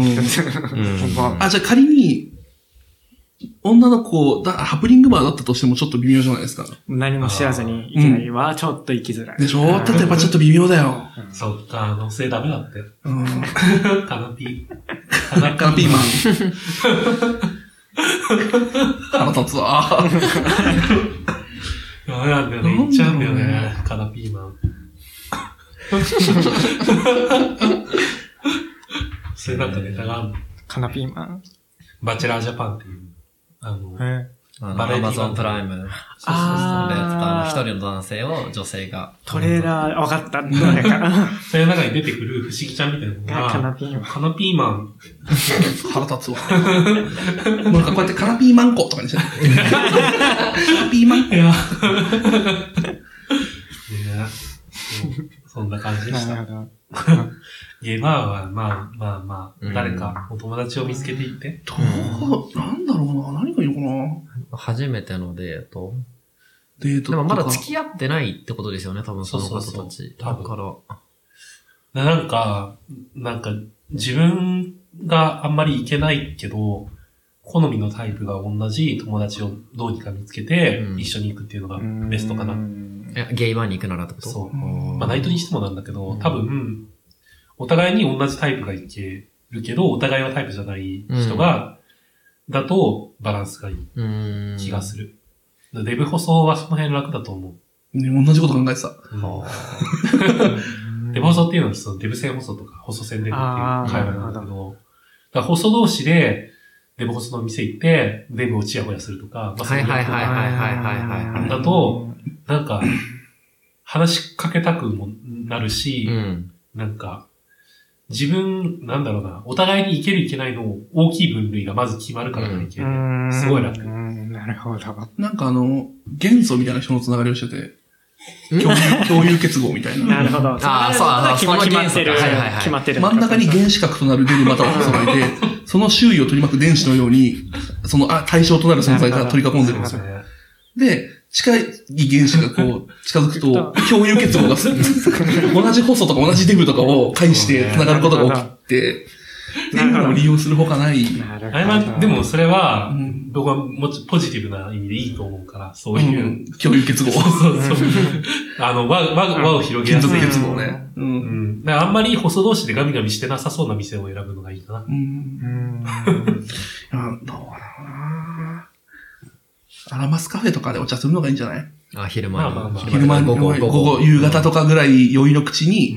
あ、じゃあ仮に、女の子だ、ハプニングバーだったとしてもちょっっと微妙じゃないですか。 何も知らずに行けないは、ちょっと行きづらい。 でしょ？だってやっぱちょっと微妙だよ。 そっか、ノせダメだって。 うん。 カナピー。カナピーマン。腹立つわ。 ダメなんだよね。言っちゃうんだよね。カナピーマン。それなんかネタがあるの。 カナピーマンバチェラージャパンっていう。あの、 バレエアマゾンプライム。そうそうそう。で、一人の男性を女性が。 トレーラー、わかった。どれかな。 それの中に出てくる不思議ちゃんみたいなのが、 カナピーマン。 カナピーマン。 腹立つわ。もうなんかこうやってカナピーマンコとかにして。カナピーマンコ。いや。ねそんな感じでした。 ゲーバーは、まあまあまあ、誰かお友達を見つけていって。 どう、なんだろうな。何がいいのかな。 初めてのデート。 デートでもまだ付き合ってないってことですよね、多分その方たち。そうそうそうだから。 なんか、なんか、自分があんまりいけないけど、好みのタイプが同じ友達をどうにか見つけて、一緒に行くっていうのがベストかな。 ゲイバーに行くならってこと？ そう。まあ、ナイトにしてもなんだけど、多分、お互いに同じタイプがいけるけど、お互いはタイプじゃない人が、だとバランスがいい気がする。デブ細はその辺楽だと思う。 ね、同じこと考えてた。 デブ細っていうのはそのデブ線細とか細線デブっていう会話なんだけど、だから細同士でデブ細の店行って、デブをチヤホヤするとか、まあ、 はいはいはいはいはいはい。 だと、なんか、話しかけたくもなるし、うん、なんか、自分、なんだろうな、お互いにいけるいけないの大きい分類がまず決まるからいける、うん。すごい楽。 なるほど。 なんかあの、元素みたいな人のつながりをしてて、共有、共有結合みたいな。 なるほど。 ああ、そう、そう、 決まってる。はいはいはい。決まってる。 真ん中に原子核となるデルマタを挟まれて、その周囲を取り巻く電子のように、そのあ対象となる存在が取り囲んでるんですよ。で、近い原子がこう、近づくと、共有結合がする。同じホストとか同じデブとかを介して繋がることが起きて、っていうのを利用するほかない。 あれは、でもそれは、僕はもちポジティブな意味でいいと思うから、そういう。うん、 共有結合。 そうそう。あの、輪、輪、輪を広げやすい。 結合ね。 うん。うん、だからあんまり細同士でガミガミしてなさそうな店を選ぶのがいいかな。うん。うん。 どうだろうなアラマスカフェとかでお茶するのがいいんじゃない？ あ、昼間に。 まあまあまあ、昼間に、午後、午後、夕方とかぐらい酔いの口に、うん、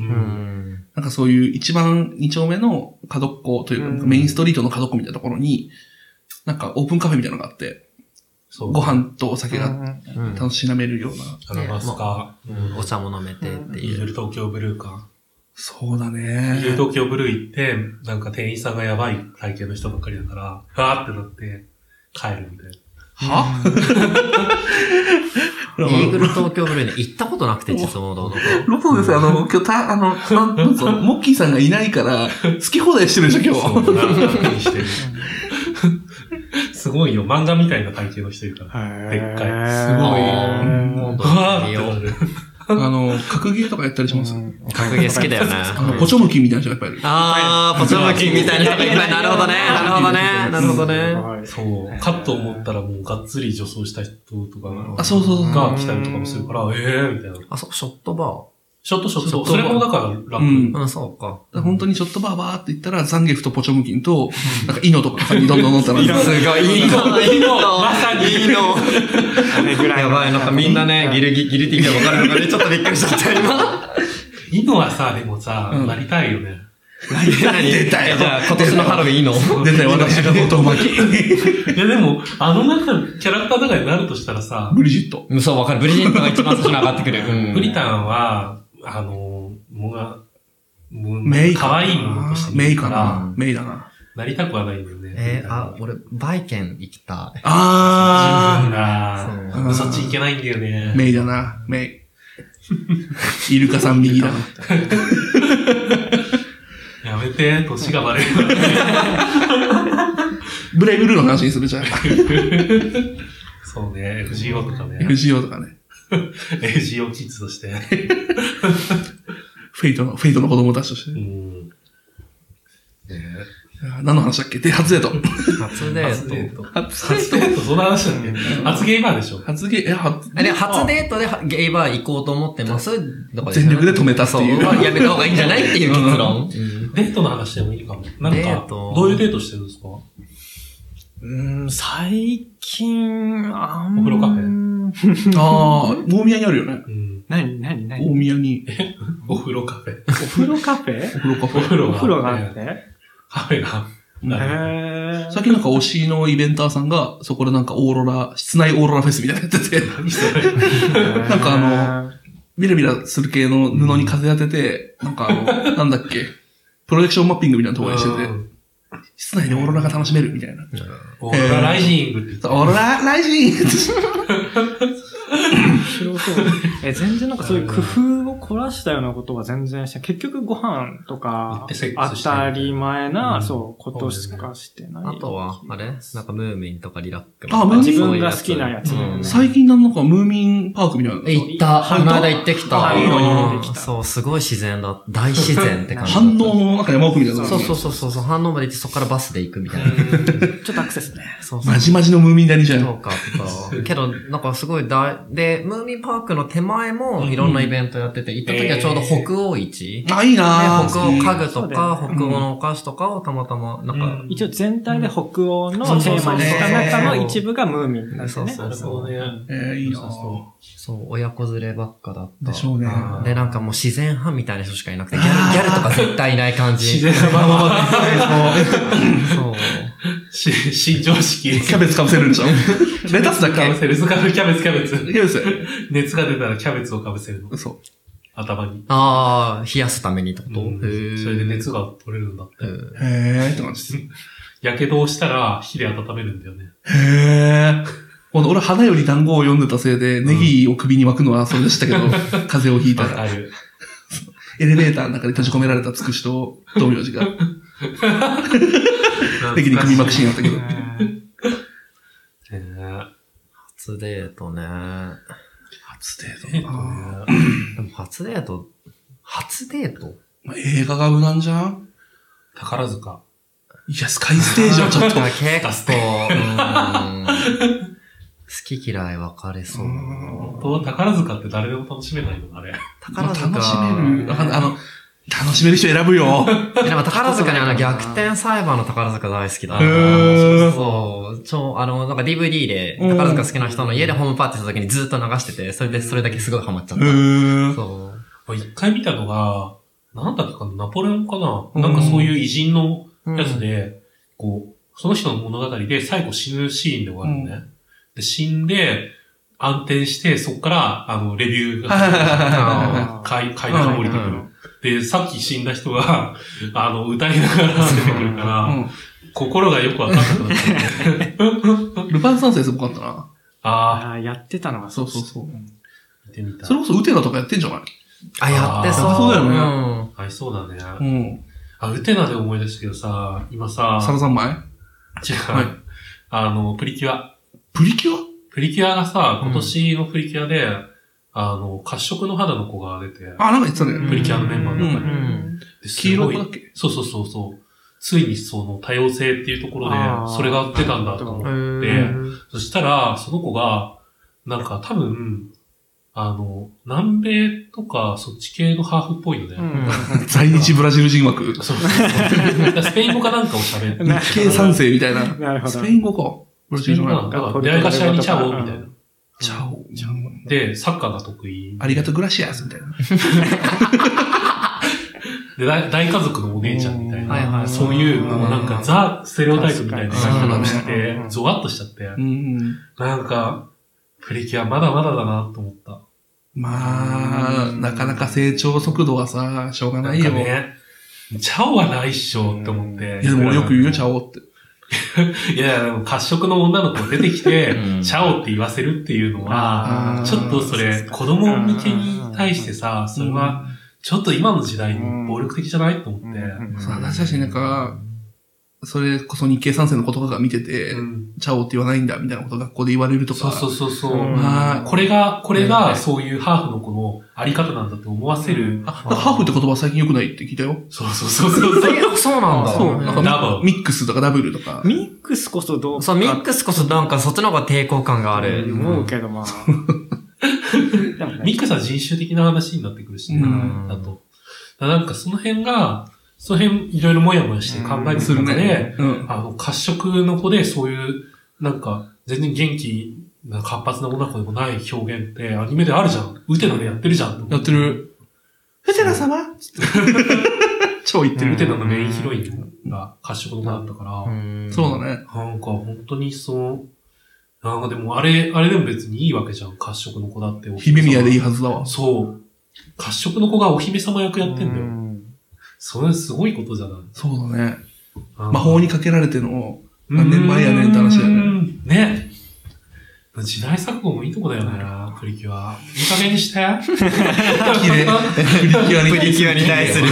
なんかそういう一番二丁目の角っこというか、メインストリートの角っこみたいなところに、なんかオープンカフェみたいなのがあって、そうご飯とお酒が楽しめるような。アラマスカ、 お茶も飲めてっていう。 イーグル東京ブルーか。 そうだね。 イーグル東京ブルー行って、なんか店員さんがやばい体型の人ばっかりだから、わーってなって帰るみたいな。 はイーグル東京ブルーに行ったことなくて、実はどうぞ。そうです。あの、今日た、あの、なんぞ、モッキーさんがいないから、好き放題してるでしょ、今日。そうしてる。 すごいよ。漫画みたいな体型の人いるから。でっかい。すごい。 本当に。 あの、格ゲーとかやったりします。 格ゲー好きだよね。 あの、ポチョムキンみたいな人がいっぱいいる。 あー、ポチョムキンみたいな人がいっぱい。なるほどね。なるほどね。なるほどね。 そう。かと思ったらもうがっつり女装した人とかあ、そうそうそう。 が来たりとかもするから、ええー、みたいな。 あ、そう、ショットバー。 ショットショット。それもだから楽。 うん。あ、そうか。 本当にショットバーバーって言ったら、ザンゲフとポチョムキンと、なんかイノとかにどんどん乗ったら。 すごい、イノ、イノ。 まさにイノ。あれぐらい。やばい、なんかみんなね、ギルギ、ギルティが分かるのがね、ちょっとびっくりしちゃった今。 イノはさ、でもさ、なりたいよね。 何出たよ。じゃあ今年のハロウィンいいの？ 出たよ、私が後藤巻き。 いやでも、あの中、キャラクターとかになるとしたらさ、 ブリジット。 そう、わかる。ブリジットが一番最初に上がってくる。 ブリタンは、あの、もが、 メイか。 可愛いものとしてメイかな。メイだな。 なりたくはないんだよね。 えー、あ、俺、バイケン行きたい。 あー。そっち行けないんだよね。 メイだな。メイ。イルカさん右だな。 やめて、年がバレる。 ブレイブルーの話にするじゃん。 そうね、エフジーオー とかね。 エフジーオー とかね。 エフジーオー キッズとして。 フェイトの、フェイトの子供たちとして。うん。ね何の話だっけで、初デート。 初デート。 初デート、そんな話だっけ初ゲイバーでしょ初ゲイ、え、 初あれ、初デートでゲイバー行こうと思ってます全力で止めたっていう。 やめた方がいいんじゃないっていう結論。 デートの話でもいいかも。なんか、どういうデートしてるんですかうーん、最近、あんお風呂カフェああ、大宮にあるよね。 うん。何何何大宮に。 えお風呂カフェ。 お風呂カフェお風呂カフェ。 お風呂お風呂があって。 カフェが。 へー。最近なんか推しのイベンターさんが、そこでなんかオーロラ、室内オーロラフェスみたいなのやってて。何それなんかあの、ビラビラする系の布に風当てて、なんかあの、なんだっけ、プロジェクションマッピングみたいなところにしてて、室内でオーロラが楽しめるみたいな。 オーロラライジングって言った。 オーロラライジング面白そう。え、全然なんかそういう工夫を凝らしたようなことは全然して、結局ご飯とか、当たり前な、うん、そう、ことしかしてない。 あとは、あれなんかムーミンとかリラックス。あ、ムーミン自分が好きなやつ。 うん、最近なんかムーミンパークみたいな。 行った。この間行ってきた。そう、すごい自然だ。大自然って感じ。 反応のなんか山奥みたいな。 そうそうそうそう、反応まで行ってそこからバスで行くみたいな。ちょっとアクセスね。 そうそう。 まじまじのムーミン谷じゃん。 そうか、そう。けど、なんかすごいだ、で、ムーミンパークの手前もいろんなイベントやってて、行った時はちょうど北欧市。 あ、いいなぁ。 北欧家具とか、北欧のお菓子とかをたまたま、なんか。 一応全体で北欧のテーマにした中の一部がムーミンなんですね。 そうそう。 ええ、いいなぁ。 そう、親子連ればっかだった。 でしょうね。 で、なんかもう自然派みたいな人しかいなくて、ギャル、ギャルとか絶対いない感じ。 自然派まままそう。 新常識。 キャベツかぶせるんでしょレタスだけかぶせる。キャベツ、キャベツ。キャベツ。 熱が出たらキャベツをかぶせるの。 そう。 頭に。 ああ、冷やすためにってこと、うん、 へそれで熱が取れるんだって。 へーって感じです。 やけどをしたら火で温めるんだよね。 へー。俺、花より団子を読んでたせいで、ネギを首に巻くのはそれでしたけど、風邪をひいたら。 ある。 エレベーターの中に閉じ込められたつくしと、道明寺が。ネギに首巻くシーンあったけど。 初デートね。 初デートか。 でも初デート、初デート映画が無難じゃん宝塚。 いや、スカイステージはちょっと。 結構、好き嫌い分かれそう。 本当宝塚って誰でも楽しめないのあれ。 宝塚。 楽しめる。あの、楽しめる人選ぶよ。 でも宝塚にあの逆転裁判の宝塚大好きだ。そう。超、あの、なんか ディーブイディー で宝塚好きな人の家でホームパーティーした時にずっと流してて、それで、それだけすごいハマっちゃった。 そう。一回見たのが、なんだったかな、ナポレオンかな、なんかそういう偉人のやつで、こう、その人の物語で最後死ぬシーンで終わるのね。で、死んで、暗転して、そこから、あの、レビューが、階段が降りてくる。で、さっき死んだ人が、あの、歌いながら出てくるから、うん、心がよくわかんなくなって。 ルパン三世すごかったな。 ああ、やってたのがそうそうそう。 見てみた。 それこそウテナとかやってんじゃない？ あ、やってそう。 そうだよね。うん。 ありそうだね。 うん。 あ、ウテナで思い出したけどさ、今さ、 サラ三昧？違う、 はい。あの、プリキュア。 プリキュア？ プリキュアがさ、今年のプリキュアで、うん、あの、褐色の肌の子が出て。 あ、なんか言ってたね。 プリキュアのメンバーの中に。うんうん、 黄色だっけ？ そうそうそうそう。ついにその多様性っていうところで、それが出たんだと思って、そしたら、その子が、なんか多分、あの、南米とかそっち系のハーフっぽいよね。 うん、在日ブラジル人枠。 そうそうそう。スペイン語かなんかを喋る。 日系三世みたいな。 なるほど。 スペイン語か。 ブラジル語なんか、出会い頭にチャオみたいな。 チャオ。 で、サッカーが得意。 ありがとうグラシアスみたいな。 で大、大家族のお姉ちゃんみたいな。そういう、もうなんかザ・ステレオタイプみたいな描き方して、ゾワッとしちゃって。なんか、プリキュアまだまだだなと思った。 まあ、なかなか成長速度はさ、しょうがないよ。 なんかね、チャオはないっしょって思って。 いや、でも俺よく言うよ、チャオって。 いや、でも褐色の女の子が出てきて、うん、チャオって言わせるっていうのは、ちょっとそれ、子供向けに対してさ、それは、ちょっと今の時代に暴力的じゃないと思って。 そう、私たちなんか、それこそ日系三世の子とかが見てて、うん、チャオって言わないんだみたいなことを学校で言われるとか。 そうそうそうそう。まあ、これが、これがそういうハーフの子のあり方なんだって思わせる。 あ、ハーフって言葉最近良くないって聞いたよ。 そうそうそうそう。 そうなんだ。 そう。なんかミックスとかダブルとか。 ミックスこそどうそう、ミックスこそなんかそっちの方が抵抗感がある。 思うけどまあ。 ミックスは人種的な話になってくるしね。だと。なんかその辺が、その辺いろいろもやもやして考えてる中で、ねうん、あの、褐色の子でそういう、なんか、全然元気な活発な女の子でもない表現ってアニメであるじゃん。ウテナでやってるじゃん。 やってる。ウテナ様超言ってる。 ウテナのメインヒロインが褐色の子だったから。 そうだね。 なんか本当にそう、なんかでもあれ、あれでも別にいいわけじゃん。褐色の子だって。 姫宮でいいはずだわ。 そう。褐色の子がお姫様役やってんだよ。それすごいことじゃない？ そうだね。魔法にかけられての何年前やねんって話だよね。 ね。時代錯誤もいいとこだよね。ププリキュア。いい加減にして。 綺麗。プリキュアにプリキュアに対する。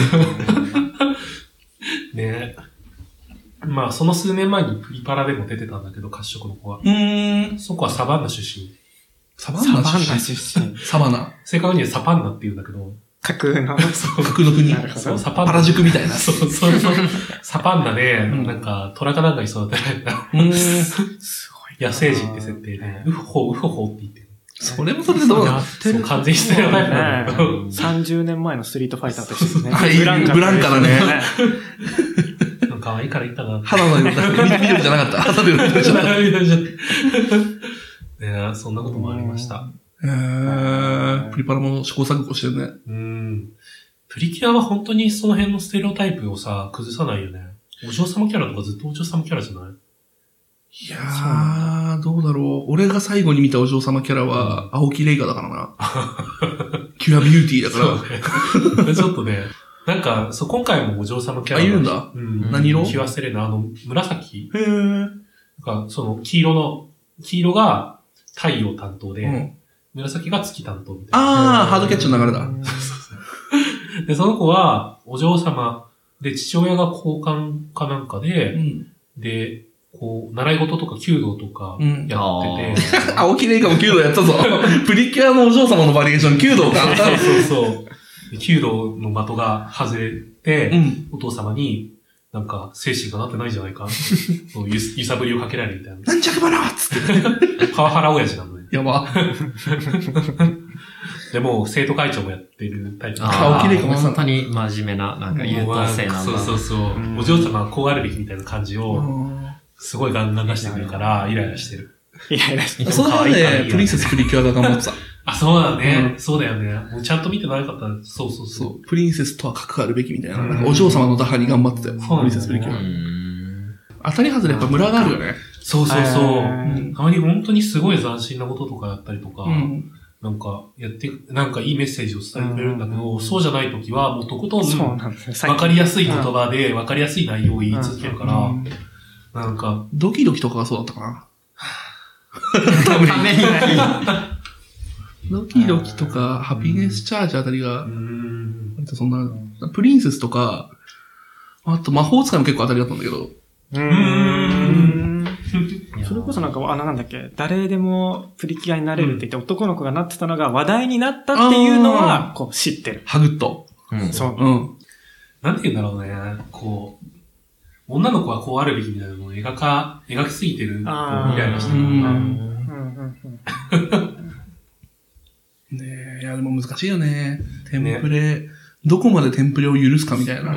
ねまあ、その数年前にプリパラでも出てたんだけど、褐色の子は。 うーん。 そこはサバンナ出身。 サバンナ出身出身。 サバナ。 正確にはサパンナって言うんだけど。 架空の。 そう。架空の国。 そう、サパンナ。 原宿みたいな。 そうそうそう。サパンナで、なんか、虎かなんかに育てられた。うん。すごい。野生児って設定で、ウフホ、ウフホって言ってる。 それもそれでどうなってる？ そう、完全にステレオタイプなんだけど。 さんじゅうねんまえのストリートファイターとしてね。 ブランカ。ブランカだね。 可愛いから言ったな。 肌の緑じゃなかった。肌の緑じゃなかった。 ねそんなこともありました。 へー。プリパラも試行錯誤してるね。 うん。プリキュアは本当にその辺のステレオタイプをさ、崩さないよね。お嬢様キャラとかずっとお嬢様キャラじゃない？ いやー、どうだろう。俺が最後に見たお嬢様キャラは、青木レイカだからな。キュアビューティーだから。 そうね。ちょっとね、なんか、そう、今回もお嬢様キャラ。 あ、いるんだ。 うん。 何色？ キュアセレナ、あの、紫？ へー。 なんか、その、黄色の、黄色が太陽担当で、うん、紫が月担当みたいな。あー、ハードキャッチの流れだ。 で、その子は、お嬢様で、父親が交換かなんかで、うん、で、こう、習い事とか弓道とかやってて。 うん、青木レイカも弓道やったぞ。プリキュアのお嬢様のバリエーション、弓道か。 そうそうそう。弓道の的が外れて、うん、お父様に、なんか、精神がなってないんじゃないかそうゆ、揺さぶりをかけられるみたいな。 なんちゃくばらっつって。 パワハラ親父なのね。 やば。 でも、生徒会長もやってるタイプ。 ああ、本当に真面目な、なんか優等生なんだ。 そうそうそう。うん、お嬢様はこうあるべきみたいな感じを、すごいガンガン出してくるから、イライラしてる。 イライラしてる。 そうだね、プリンセスプリキュアが頑張ってた。 あ、そうだね、うん。そうだよね。もうちゃんと見てなかったら、そうそうそう。そう。 プリンセスとは関わるべきみたいな。なんかお嬢様の打破に頑張ってたよ。プリンセスプリキュア。当たり外れやっぱムラがあるよね。 そうそうそう。たまに本当にすごい斬新なこととかやったりとか、うん、なんかやって、なんかいいメッセージを伝えてくれるんだけど、うん、そうじゃないときはもうとことん、わかりやすい言葉でわかりやすい内容を言い続けるから、うん、なんか、 ドキドキとかがそうだったかな。 ためにドキドキとか、ハピネスチャージあたりが、割とそんな、プリンセスとか、あと魔法使いも結構当たりだったんだけど。 うーん。それこそなんか、あのなんだっけ、誰でもプリキュアになれるって言って男の子がなってたのが話題になったっていうのは、こう知ってる。 ハグッと。 うん。そう。 うん。 なんて言うんだろうね。こう、女の子はこうあるべきみたいなのを描か、描きすぎてるとイライラしてる。 ねえ、いやでも難しいよね。テンプレ、ね、どこまでテンプレを許すかみたいな。うん。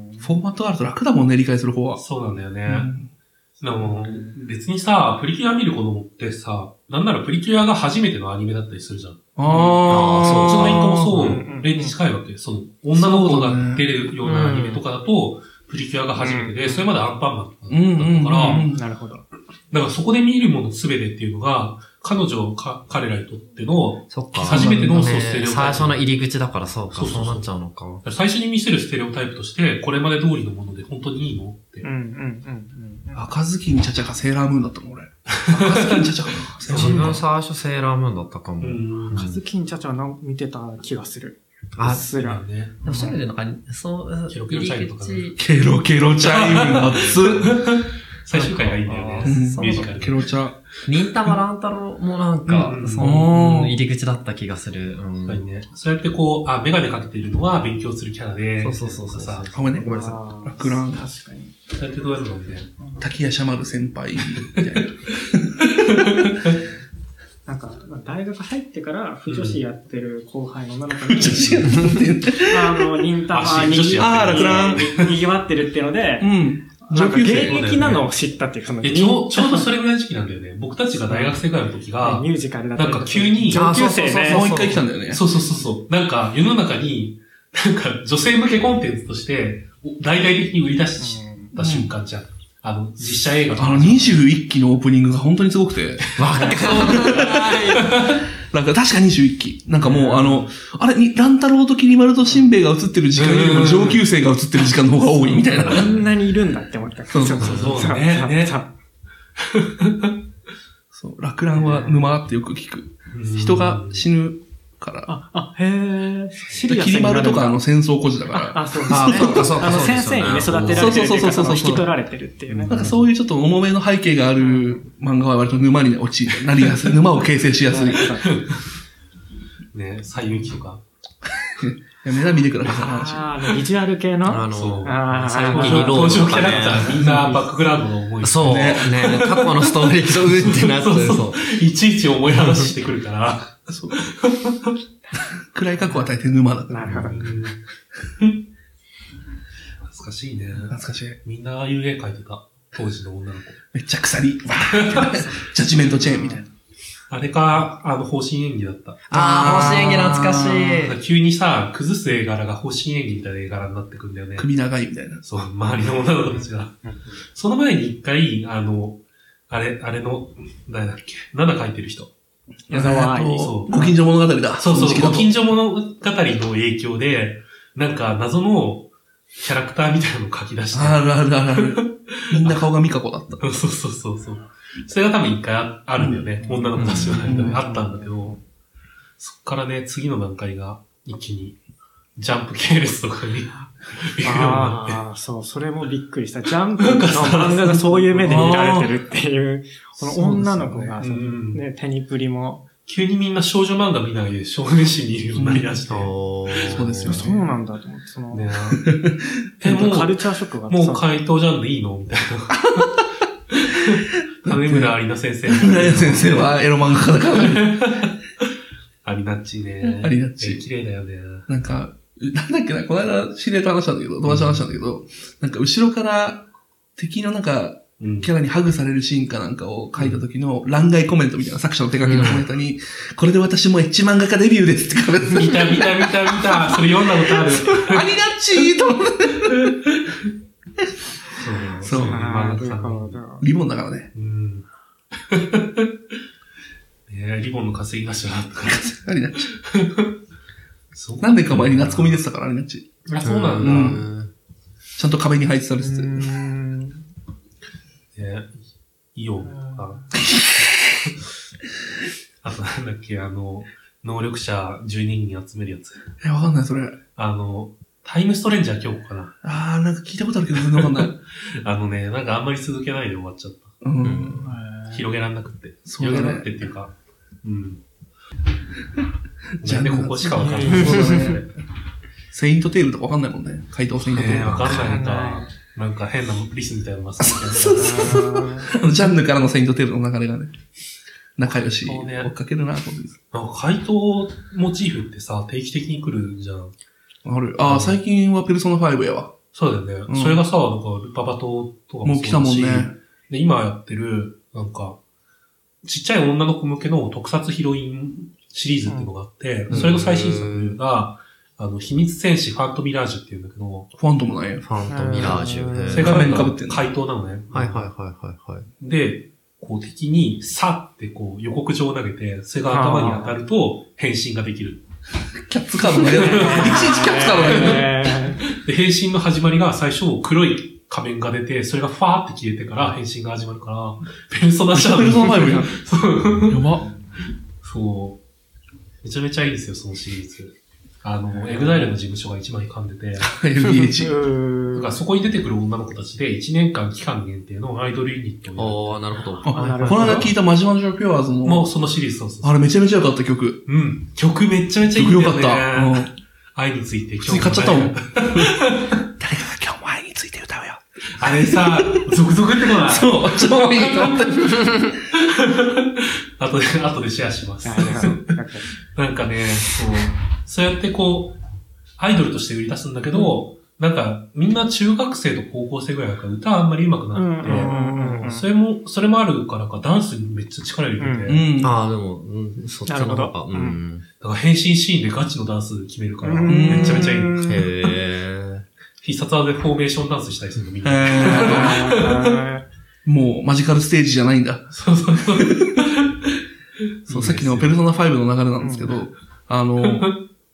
フォーマットがあると楽だもんね、理解する方は。 そうなんだよね。うん、でも、別にさ、プリキュア見る子供ってさ、なんならプリキュアが初めてのアニメだったりするじゃん。ああ、そう。うちのインコもそう、例に近いわけ。その、女の子が出るようなアニメとかだと、プリキュアが初めてで、それまでアンパンマンとかだったから、 なるほど。 だからそこで見るものすべてっていうのが、彼女か、彼らにとっての、初めてのそうステレオタイプ。 最初の入り口だからそうか、そうなっちゃうのか。 最初に見せるステレオタイプとして、これまで通りのもので本当にいいのって。うんうんうんうん。 赤ずきんちゃちゃがセーラームーンだったの俺。赤ずきんちゃちゃかな。 自分最初セーラームーンだったかも。 赤ずきんちゃちゃは見てた気がする。 あ、 すらね。でもそういう意味でなんか、そう、 ケロケロチャイムとかね。 ケロケロチャイムのつ。 最終回がいいんだよね。ミュージカル。 ケロチャ。 忍たま乱太郎もなんか、その入り口だった気がする。 うん。ね。そうやってこう、あ、メガネかけているのは勉強するキャラで。 そうそうそうそう。 さ、 ごめんね、ごめんなさい。ラクラン。 確かに。 そうやってどうやるのね。 滝谷シャマル先輩、みたいな。 なんか、大学入ってから、不女子やってる後輩の女の子に、 女子やってあの、忍たまに、 あ、ラクラン。 賑わってるっていうので、 うん。 なんか芸歴なのを知ったっていうか、そのちょう、ちょうどそれぐらいの時期なんだよね。僕たちが大学生ぐらいの時が、 ミュージカルだったなんか急に、 上級生ね。 もう一回来たんだよね。 そうそうそうそう。なんか世の中に、なんか女性向けコンテンツとして、大々的に売り出した瞬間じゃん。あの、実写映画とか。 あのにじゅういっきのオープニングが本当にすごくて。 わかる。 なんか確かにじゅういっき。なんかもうあの、あれ、乱太郎ときり丸としんべヱが映ってる時間よりも上級生が映ってる時間の方が多いみたいな。 こんなにいるんだって思った。 そうそうそう。そうね。 そう、落卵は沼ってよく聞く。人が死ぬから。 あ、あ、へぇー。 シリアスになるんだ。キリマルとかあの戦争孤児だから。 あ、そうですね。あ、そうかそうか。あの先生にね、育てられてるっていうか、引き取られてるっていうね。 なんかそういうちょっと重めの背景がある漫画は割と沼に落ちなりやすい。沼を形成しやすい。 ね、最遊記とか。 いや、目覚見てください、 話。ああ、ビジュアル系のあの、 そう。 あ最後に登場キャラクター、みんなバックグラウンドの思い。 そう。ね、過去のストーリーとうってなってそうそう。いちいち思い話してくるから。そう。 暗い過去は大抵沼だから。 なるほど。懐かしいね。 懐かしい。 みんなああいう絵描いてた。当時の女の子。 めっちゃ鎖。ジャッジメントチェーンみたいな。 あれか、あの、方針演技だった。 ああ、方針演技懐かしい。 急にさ、崩す絵柄が方針演技みたいな絵柄になってくんだよね。 首長いみたいな。 そう、周りの女の子たちが。その前に一回、あの、あれ、あれの、誰だっけ、なな描いてる人。 矢沢愛。 そう。ご近所物語だ。 そうそう、ご近所物語の影響で、なんか謎のキャラクターみたいなのを描き出して。 あるあるあるある。みんな顔がミカコだった。 そうそうそうそう。それが多分一回あるんだよね。うん、女の子たちの間であったんだけど、そっからね、次の段階が一気に、ジャンプ系列とかに行くようになって。 ああ、そう、それもびっくりした。ジャンプの漫画がそういう目で見られてるっていう、この女の子が、ね、うん、ね、テニプリも。 急にみんな少女漫画見ないで少年誌見るようになりだして。 うん、そうですよ、ね。 そうなんだと思って、その、ね、 え、もう、 カルチャーショックがもう怪盗ジャンでいいのみたいな。金村有奈先生。 金村有奈先生はエロ漫画家だからね。 アリナッチね。 アリナッチ。 綺麗だよね。 なんか、なんだっけな、この間知り合いと話したんだけど、友達と話したんだけど、うん、なんか後ろから敵のなんか、キャラにハグされるシーンかなんかを書いた時の欄外コメントみたいな作者の手書きのコメントに、うん、これで私もエッチ漫画家デビューですって書いて見た見た見た見た。それ読んだことある。 アニナッチーと思って。 そう。そう。 リボンだからね。 うん。ねリボンの稼ぎ頭だったから。 アニナッチ。なんでか前に夏コミ出てたから、アニナッチ。 あ、そうなんだ。うん、 ちゃんと壁に配置されてて。 ね、イオンとか。あとなんだっけ、あの、能力者じゅうににん集めるやつ。 え、わかんない、それ。 あの、タイムストレンジャー京子かな。 あー、なんか聞いたことあるけど全然わかんない。 あのね、なんかあんまり続けないで終わっちゃった。うん。うん、広げらんなくて。そうだね。広げなくてっていうか、うん。じゃあね、ここしかわかんない。そうだね。 セイントテールとかわかんないもんね。怪盗セイントテール。 えー、わかんないんだ。なんか変なリスみたいなのが好きそうそうそう。ジャンヌからのセイントテールの流れがね、仲良し、追っかけるなと思って。 なんか怪盗モチーフってさ、定期的に来るじゃん。 ある。ああ、最近はペルソナファイブやわ。 そうだよね。うん、それがさ、なんかルパバトとかもそうだし。もう来たもんね。で、今やってる、なんか、ちっちゃい女の子向けの特撮ヒロインシリーズっていうのがあって、うん、それの最新作が、あの、秘密戦士ファントミラージュっていうんだけど。 ファントムないよ。 ファントミラージュ。 それがなんか怪盗なのね。 はいはいはいはいはい。 で、こう敵にさってこう予告状を投げて、それが頭に当たると変身ができる。 キャッツカードが出ない。いちいちキャッツカードが出ない。 で、変身の始まりが最初黒い仮面が出て、それがファーって消えてから変身が始まるから、ペルソナじゃん。 ペルソナファイブやん。 そう。 やば。 そう。めちゃめちゃいいですよ、そのシリーズ。あの、エグザイルの事務所が一番噛んでて。 エルディーエイチ。 だからそこに出てくる女の子たちでいちねんかん期間限定のアイドルユニットをやる。ああ、なるほど。 あ、なるほど。この間聞いたマジマジョピュアーズの。 もうそのシリーズそうそう。 あれめちゃめちゃ良かった曲。 うん。曲めちゃめちゃいいんだよね。 曲良かった。 愛について今日も。買っちゃったもん。誰かが今日も愛について歌うよ。 あれさ、ゾクゾクってこない。 そう、超いいと思って。 あとで、あとでシェアします。なんかね、そう。そうやってこう、アイドルとして売り出すんだけど、うん、なんか、みんな中学生と高校生ぐらいだから歌あんまり上手くなくて、それも、それもあるからか、ダンスにめっちゃ力入れてて。 うんうん、ああ、でも、うん、そっちの方が。うん。 だから変身シーンでガチのダンス決めるから、めちゃめちゃいい。へー。 必殺技でフォーメーションダンスしたりするのみんな。 もう、マジカルステージじゃないんだ。 そうそうそう。 そう、さっきのペルソナファイブの流れなんですけど、うん、あの、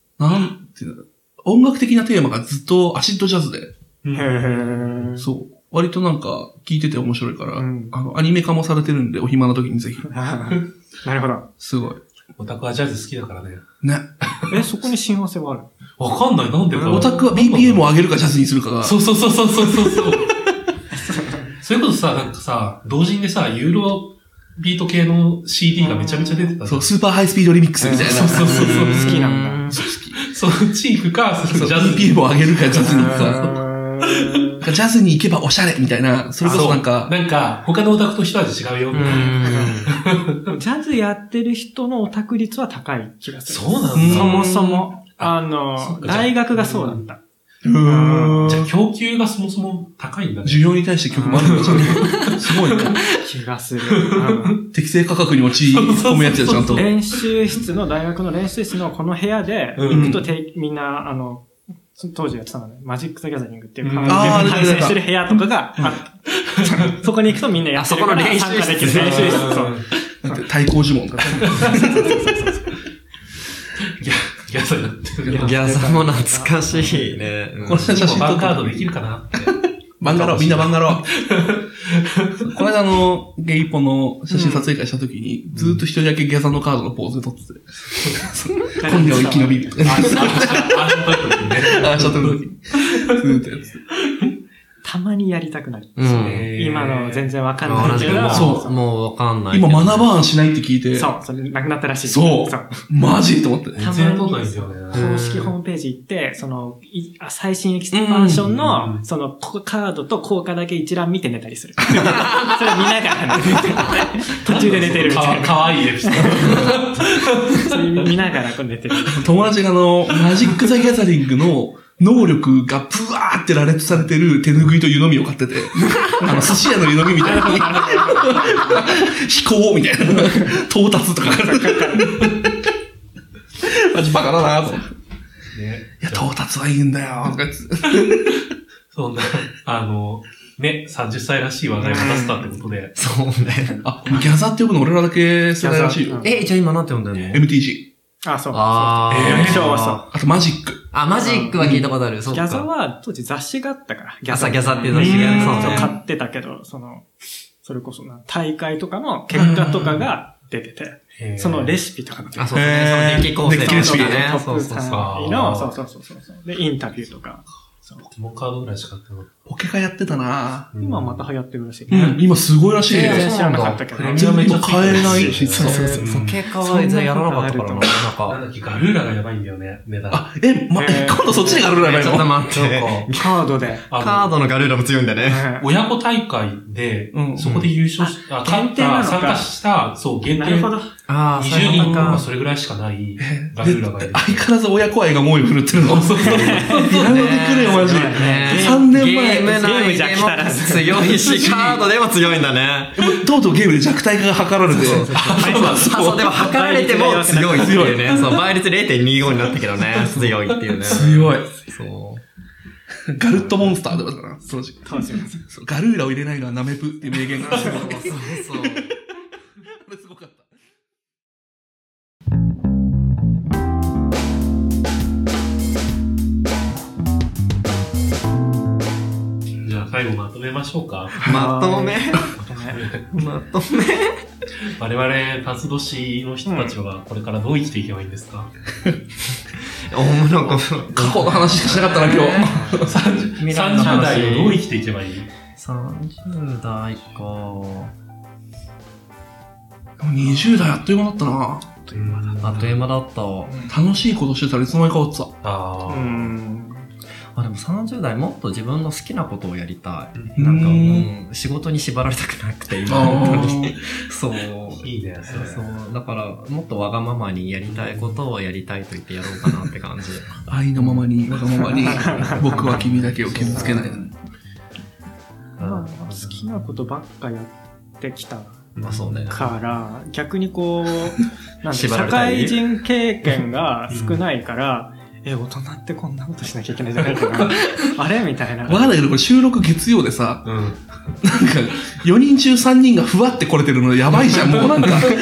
なんていうの、音楽的なテーマがずっとアシッドジャズで。 へー。 そう。 割となんか聞いてて面白いから、うん、あの、アニメ化もされてるんで、お暇な時にぜひ。 なるほど。 すごい。 オタクはジャズ好きだからね。 ね。 え、そこに親和性はある？ わかんない。なんでか。 オタクは ビーピーエム を上げるかジャズにするかが。 そうそうそうそうそうそう。そういうことさ、なんかさ、同時にさ、ユーロビート系の シーディー がめちゃめちゃ出てた。 そう、スーパーハイスピードリミックスみたいな。 そうそうそうそう。 好きなんだ。 そう、好き。そっち行くか、 ジャズ ビーピーエム を上げるかジャズに行くか。ジャズに行けばおしゃれみたいな、それこそなんか。 なんか、他のオタクと一味違うよ、みたいな。 ジャズやってる人のオタク率は高い気がする。 そうなんだ。 そもそも。あの、大学がそうだった。 じゃあ、供給がそもそも高いんだね。 需要に対して曲もあるんだじゃん。すごいね。 気がする。 適正価格に陥り込むやつや、ちゃんと。 練習室の、大学の練習室のこの部屋で、行くとて、みんな、あの、当時やってたのね、マジック・ザ・ギャザリングっていう、対戦してる部屋とかがあった。そこに行くとみんなやってるから、参加できる練習室。 だって対抗呪文だった。 ギャザやってる。 ギャザも懐かしいね。 この写真バンカードできるかなって。 バンガロー、みんなバンガロー。この間のゲイポの写真撮影会した時に、ずーっと一人だけギャザのカードのポーズで撮ってて。今夜を生き延びる。あ、した時にね。あ、した時に。ずーっとやってて。 たまにやりたくなる。今の全然わかんないけど。 そう。もうわかんない。 今学ばんしないって聞いて。 そう。それなくなったらしい。 そう。マジと思って。 全然撮んないですよね。 公式ホームページ行って、その、最新エキスパンションの、その、カードと効果だけ一覧見て寝たりする。それ見ながら寝てる。途中で寝てるみたいな。 かわいいエピソード。それ見ながら寝てる。 友達があの、マジック・ザ・ギャザリングの、能力がブワーって羅列されてる手拭いと湯飲みを買ってて、あの、寿司屋の湯飲みみたいな。飛行みたいな。到達とか。マジバカだなと思って。ね。いや、到達はいいんだよ、とか言って。 そんな、あの、ね、さんじゅっさいらしい話題を出したってことで。 そうね。 あ、ギャザって呼ぶの俺らだけ世代らしいよ。 え、じゃあ今なんて呼んでんの ?エムティージー。 あ、そう。 ああ。 えー、昭和そう。 あとマジック。 あ、マジックは聞いたことある。そうか。 ギャザは当時雑誌があったから。 ギャザ、ギャザっていう雑誌がそう買ってたけど、その、それこそな、大会とかの結果とかが出てて、そのレシピとかの。 あ、そうですね。その電気構成とかね。 そうそうそう。の、そうそうそうそう。で、インタビューとか。 ポケモンカードぐらいしかやってない。 ポケカやってたなぁ。 今また流行ってるらしい。 うん、今すごいらしい。 全然知らなかったけど。 全然今買えないし。 そうそうそう。ポケカは全然やらなかったからな。なんか。 なんだっけ、ガルーラがやばいんだよね、値段。 あ、え、ま、え、今度そっちでガルーラやばいの？ ちょっと待って。 カードで。 カードのガルーラも強いんだね。 親子大会で、そこで優勝し、あ、参加した、そう、限定。なるほど。ああ、にじゅうにんとかそれぐらいしかないガルーラがいる。 相変わらず親子愛が猛威を振るってるの。そうそうそう。やめてくれよ、マジで。さんねんまえ。 ゲーム内でも強いし、カードでも強いんだね。 とうとうゲームで弱体化が図られて。そうそう、でも測られても強いっていうね。そう、倍率 れいてんにじゅうご になったけどね。強いっていうね。 強い。 そう。 ガルットモンスターだからな、当時。ガルーラを入れないのはナメプっていう名言がある。そうそうそう。これすごかった。 最後まとめましょうか。 まとめまとめ我々、パス年の人たちはこれからどう生きていけばいいんですか？ おもろこ過去の話しかしなかったな、今日。 さんじゅう代をどう生きていけばいい？ さんじゅう代か。 にじゅう代あっという間だったな。 あっという間だった。 楽しいことしてたらいつの間にか終わってた。 ああ。 あ、でもさんじゅう代もっと自分の好きなことをやりたい。なんか、うん、仕事に縛られたくなくて、今本当に。そう。 いいね、それ。 そう。だから、もっとわがままにやりたいことをやりたいと言ってやろうかなって感じ。 愛のままに、わがままに、僕は君だけを傷つけない。 まあ、好きなことばっかやってきた。 まあそうね。 から、逆にこう、なんて社会人経験が少ないから、え、大人ってこんなことしなきゃいけないじゃないかな。あれみたいな。 わかんないけど、これ収録月曜でさ、うん、なんか、よにん中さんにんがふわって来れてるのやばいじゃん、もうなんか。そう、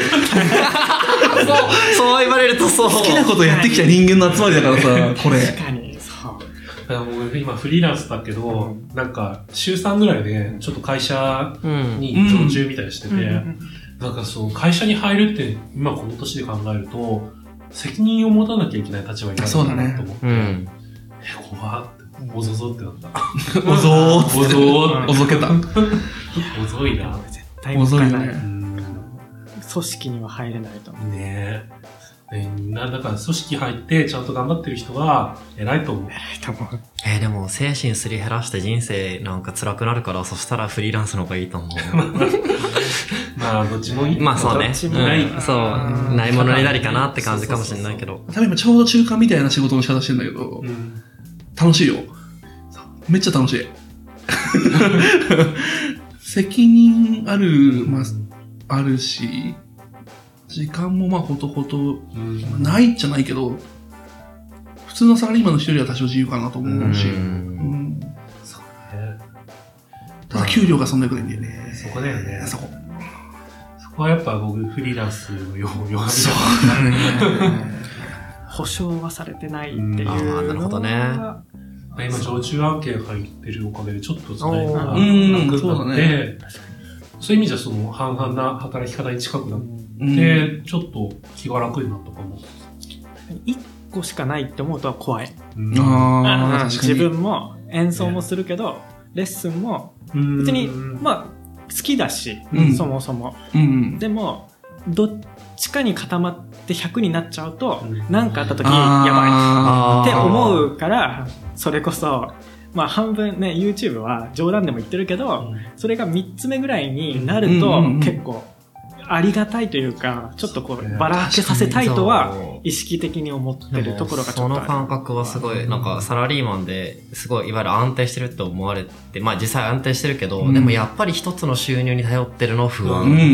そう言われるとそう。 好きなことやってきた人間の集まりだからさ、これ。 確かに、そう。 だからもう今フリーランスだけど、うん、なんか週さんぐらいでちょっと会社に常駐みたいにしてて、うんうん、なんかそう、会社に入るって今この年で考えると、責任を持たなきゃいけない立場になるんだなと思って、ねうん、え、怖って、おぞぞってなった。 おぞーおぞーおぞけた。 おぞいな。 絶対向かない。組織には入れないと思う。 ねえ。なだから組織入ってちゃんと頑張ってる人は偉いと思う。 偉いと思う。 えー、でも精神すり減らして人生なんか辛くなるから、そしたらフリーランスの方がいいと思う。 まあどっちもいい。 まあそうね。 どっちもない。 うん、そう。ないものになりかなって感じかもしれないけど。 多分今ちょうど中間みたいな仕事の仕方してるんだけど、うん、楽しいよ。めっちゃ楽しい。責任ある、まあ、あるし、時間もまあほとほと、うん、ないじゃないけど、普通のサラリーマンの人よりは多少自由かなと思うし、うんうん、そうね。ただ給料がそんな良くないんだよね。 そこだよね。 そこ。 そこはやっぱ僕フリーランスの弱みだ。 そうだね。保証はされてないっていうのは、うん、あなるほどね。 今常駐案件入ってるおかげでちょっとそれが楽になって、そうね、そういう意味じゃその半々な働き方に近くなって、ちょっと気が楽になったかも。 一個しかないって思うとは怖い。 うん、あ自分も演奏もするけど、ね、レッスンも別に、まあ好きだし、うん、そもそも、うん、でもどっちかに固まってひゃくになっちゃうと何、うん、かあった時やばいって思うから、それこそまあ半分ね YouTube は冗談でも言ってるけど、うん、それがみっつめぐらいになると結構ありがたいというか、ちょっとこうばらけさせたいとは意識的に思ってるところがちょっとある。 その感覚はすごいなんかサラリーマンですごいいわゆる安定してるって思われて、まあ実際安定してるけど、うん、でもやっぱり一つの収入に頼ってるの不安、うんうんうんうん、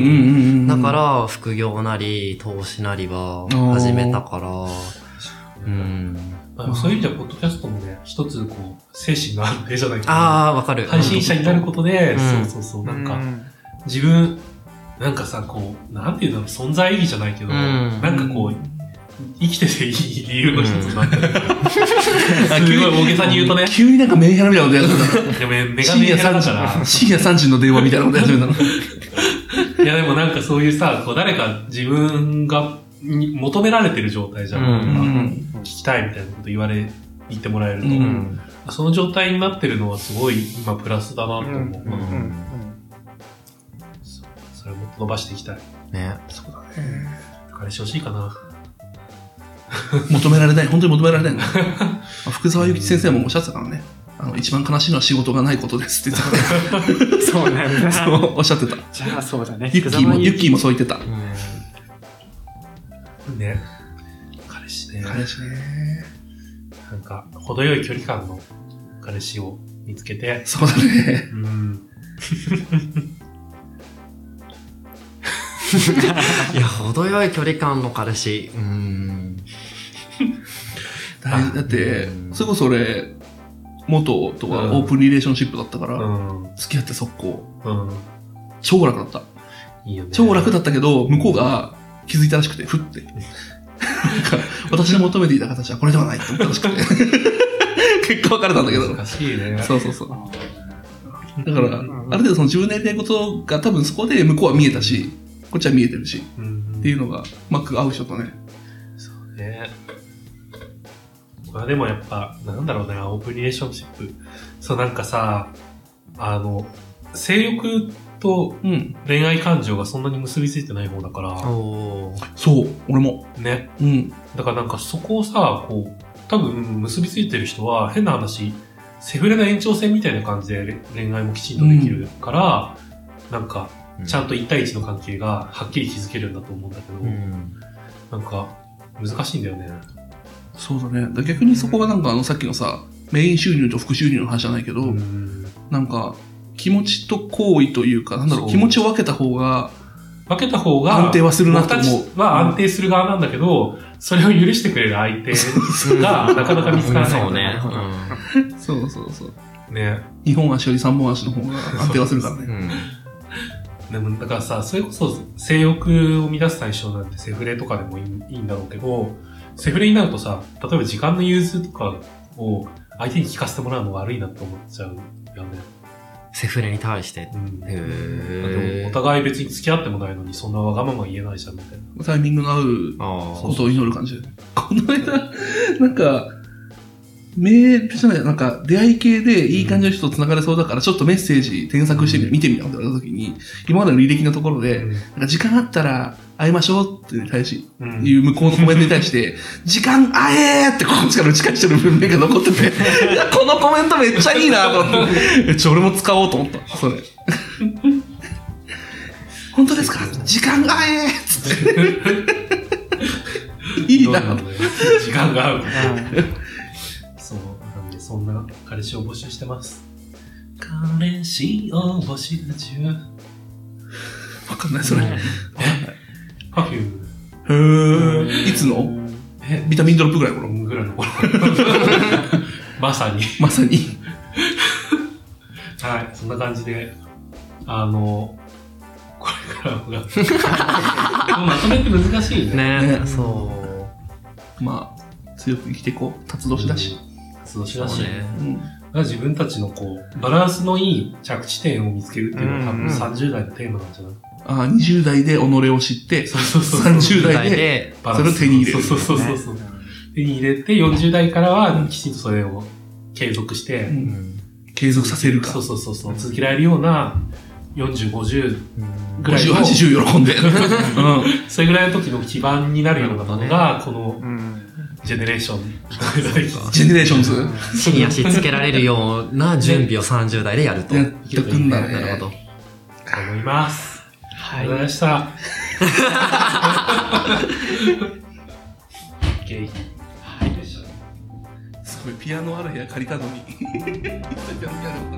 だから副業なり投資なりは始めたから、うん、 まあ、そういう意味ではポッドキャストもね一つこう精神がある絵じゃないかな。 ああわかる。 配信者になることで、うん、そうそうそうなんか、うん、自分なんかさ、こう、なんていうの、存在意義じゃないけど、うん、なんかこう、生きてていい理由の一つになってる。すごい大げさに言うとね。 急になんかメンヘラみたいなことやってた。 でもメガメンヘラだから。 深夜さんじの電話みたいなことやってたの。 いやでもなんかそういうさ、こう誰か自分が求められてる状態じゃん。うん、聞きたいみたいなこと言われ、言ってもらえると、うん、その状態になってるのはすごい今プラスだなと思う。うんうんもっと伸ばしていきたい。 ね。 そうだね。 彼氏欲しいかな。 求められない。本当に求められない。福沢諭吉先生もおっしゃってたからね。あの、一番悲しいのは仕事がないことですって言ってたから。 そうなんだ。 そう、おっしゃってた。 じゃあそうだね。 ユッキーも、ユッキーもそう言ってた。 うん、ね。彼氏ね。 彼氏ね。 なんか、程よい距離感の彼氏を見つけて。 そうだね。 うんいや、程よい距離感の彼氏。うーん。 だ, だって、それこそ俺、元とはオープンリレーションシップだったから、うん、付き合って速攻、うん。超楽だった。 いいよね。 超楽だったけど、向こうが気づいたらしくて、ふって。私の求めていた形はこれではないって思ったらしくて。結果別れたんだけど。 難しいね。 そうそうそう。だから、ある程度その自分のやりたいことが多分そこで向こうは見えたし、こっちは見えてるし、うんうん、っていうのが、うまく合う人とね。 そうね。まあでもやっぱ、なんだろうね、オープンリレーションシップ。そうなんかさ、あの、性欲と恋愛感情がそんなに結びついてない方だから。うん、 そう、俺も。 ね。 うん。 だからなんかそこをさ、こう、多分結びついてる人は変な話、セフレの延長線みたいな感じで恋愛もきちんとできるから、うん、なんか、ちゃんと一対一の関係がはっきり築けるんだと思うんだけど、うん、なんか難しいんだよね。 そうだね。だ逆にそこがなんかあのさっきのさ、メイン収入と副収入の話じゃないけど、うん、なんか気持ちと行為というか、なんだろう、気持ちを分けた方が、 分けた方が安定はするなと思う。 僕たちは安定する側なんだけど、うん、それを許してくれる相手がなかなか見つからない。 そうね。 うん、そうそうそう。 ね。 二本足より三本足の方が安定はするからね。うんでもだからさ、それこそ性欲を乱す対象なんてセフレとかでもいいんだろうけど、セフレになるとさ、例えば時間の融通とかを相手に聞かせてもらうの悪いなって思っちゃうよね。 セフレに対して。 うん。 へお互い別に付き合ってもないのに、そんなわがまま言えないじゃん、みたいな。 タイミングの合うことを祈る感じで。この間、なんか、メールじゃない、なんか、出会い系でいい感じの人と繋がれそうだから、ちょっとメッセージ添削してみ、見てみようって言われた時に、今までの履歴のところで、なんか時間あったら会いましょうって対し、いう向こうのコメントに対して、時間会えーってこっちから打ち返してる文面が残ってて、いや、このコメントめっちゃいいなと思って、めっちゃ俺も使おうと思った、それ。本当ですか？時間会えーっつって。いいなと。 時間が合う。そう、なんでそんな彼氏を募集してます。彼氏を募集中。 わかんない、それ。え？ パフューム。へー。いつの？え、ビタミンドロップぐらいの頃？ ぐらいの頃。まさに。 まさに。 はい、そんな感じで、あの、これからが、まとめって難しいね。 ね、そう。 まあ、強く生きていこう。辰年だし。 辰年だし。自分たちのこう、バランスのいい着地点を見つけるっていうのは多分さんじゅう代のテーマなんじゃない？ ああ、にじゅう代で己を知って、そうそうそうさんじゅう代でそれを手に入れる。 そうそうそうそう。手に入れて、よんじゅう代からはきちんとそれを継続して、うん、 継続させるか。 そうそうそうそう。続けられるような、よんじゅう、ごじゅうぐらいの。 ごじゅう、はちじゅう喜んで。うん。 それぐらいの時の基盤になるようなものが、この、ジェネレーション。 ジェネレーションズ地に足つけられるような準備をさんじゅう代でやると。 やってくんだね。 なるほど。 思います。はい。ありがとうございました。ゲイ。はい。 すごい、ピアノある部屋借りたのに。ピアノ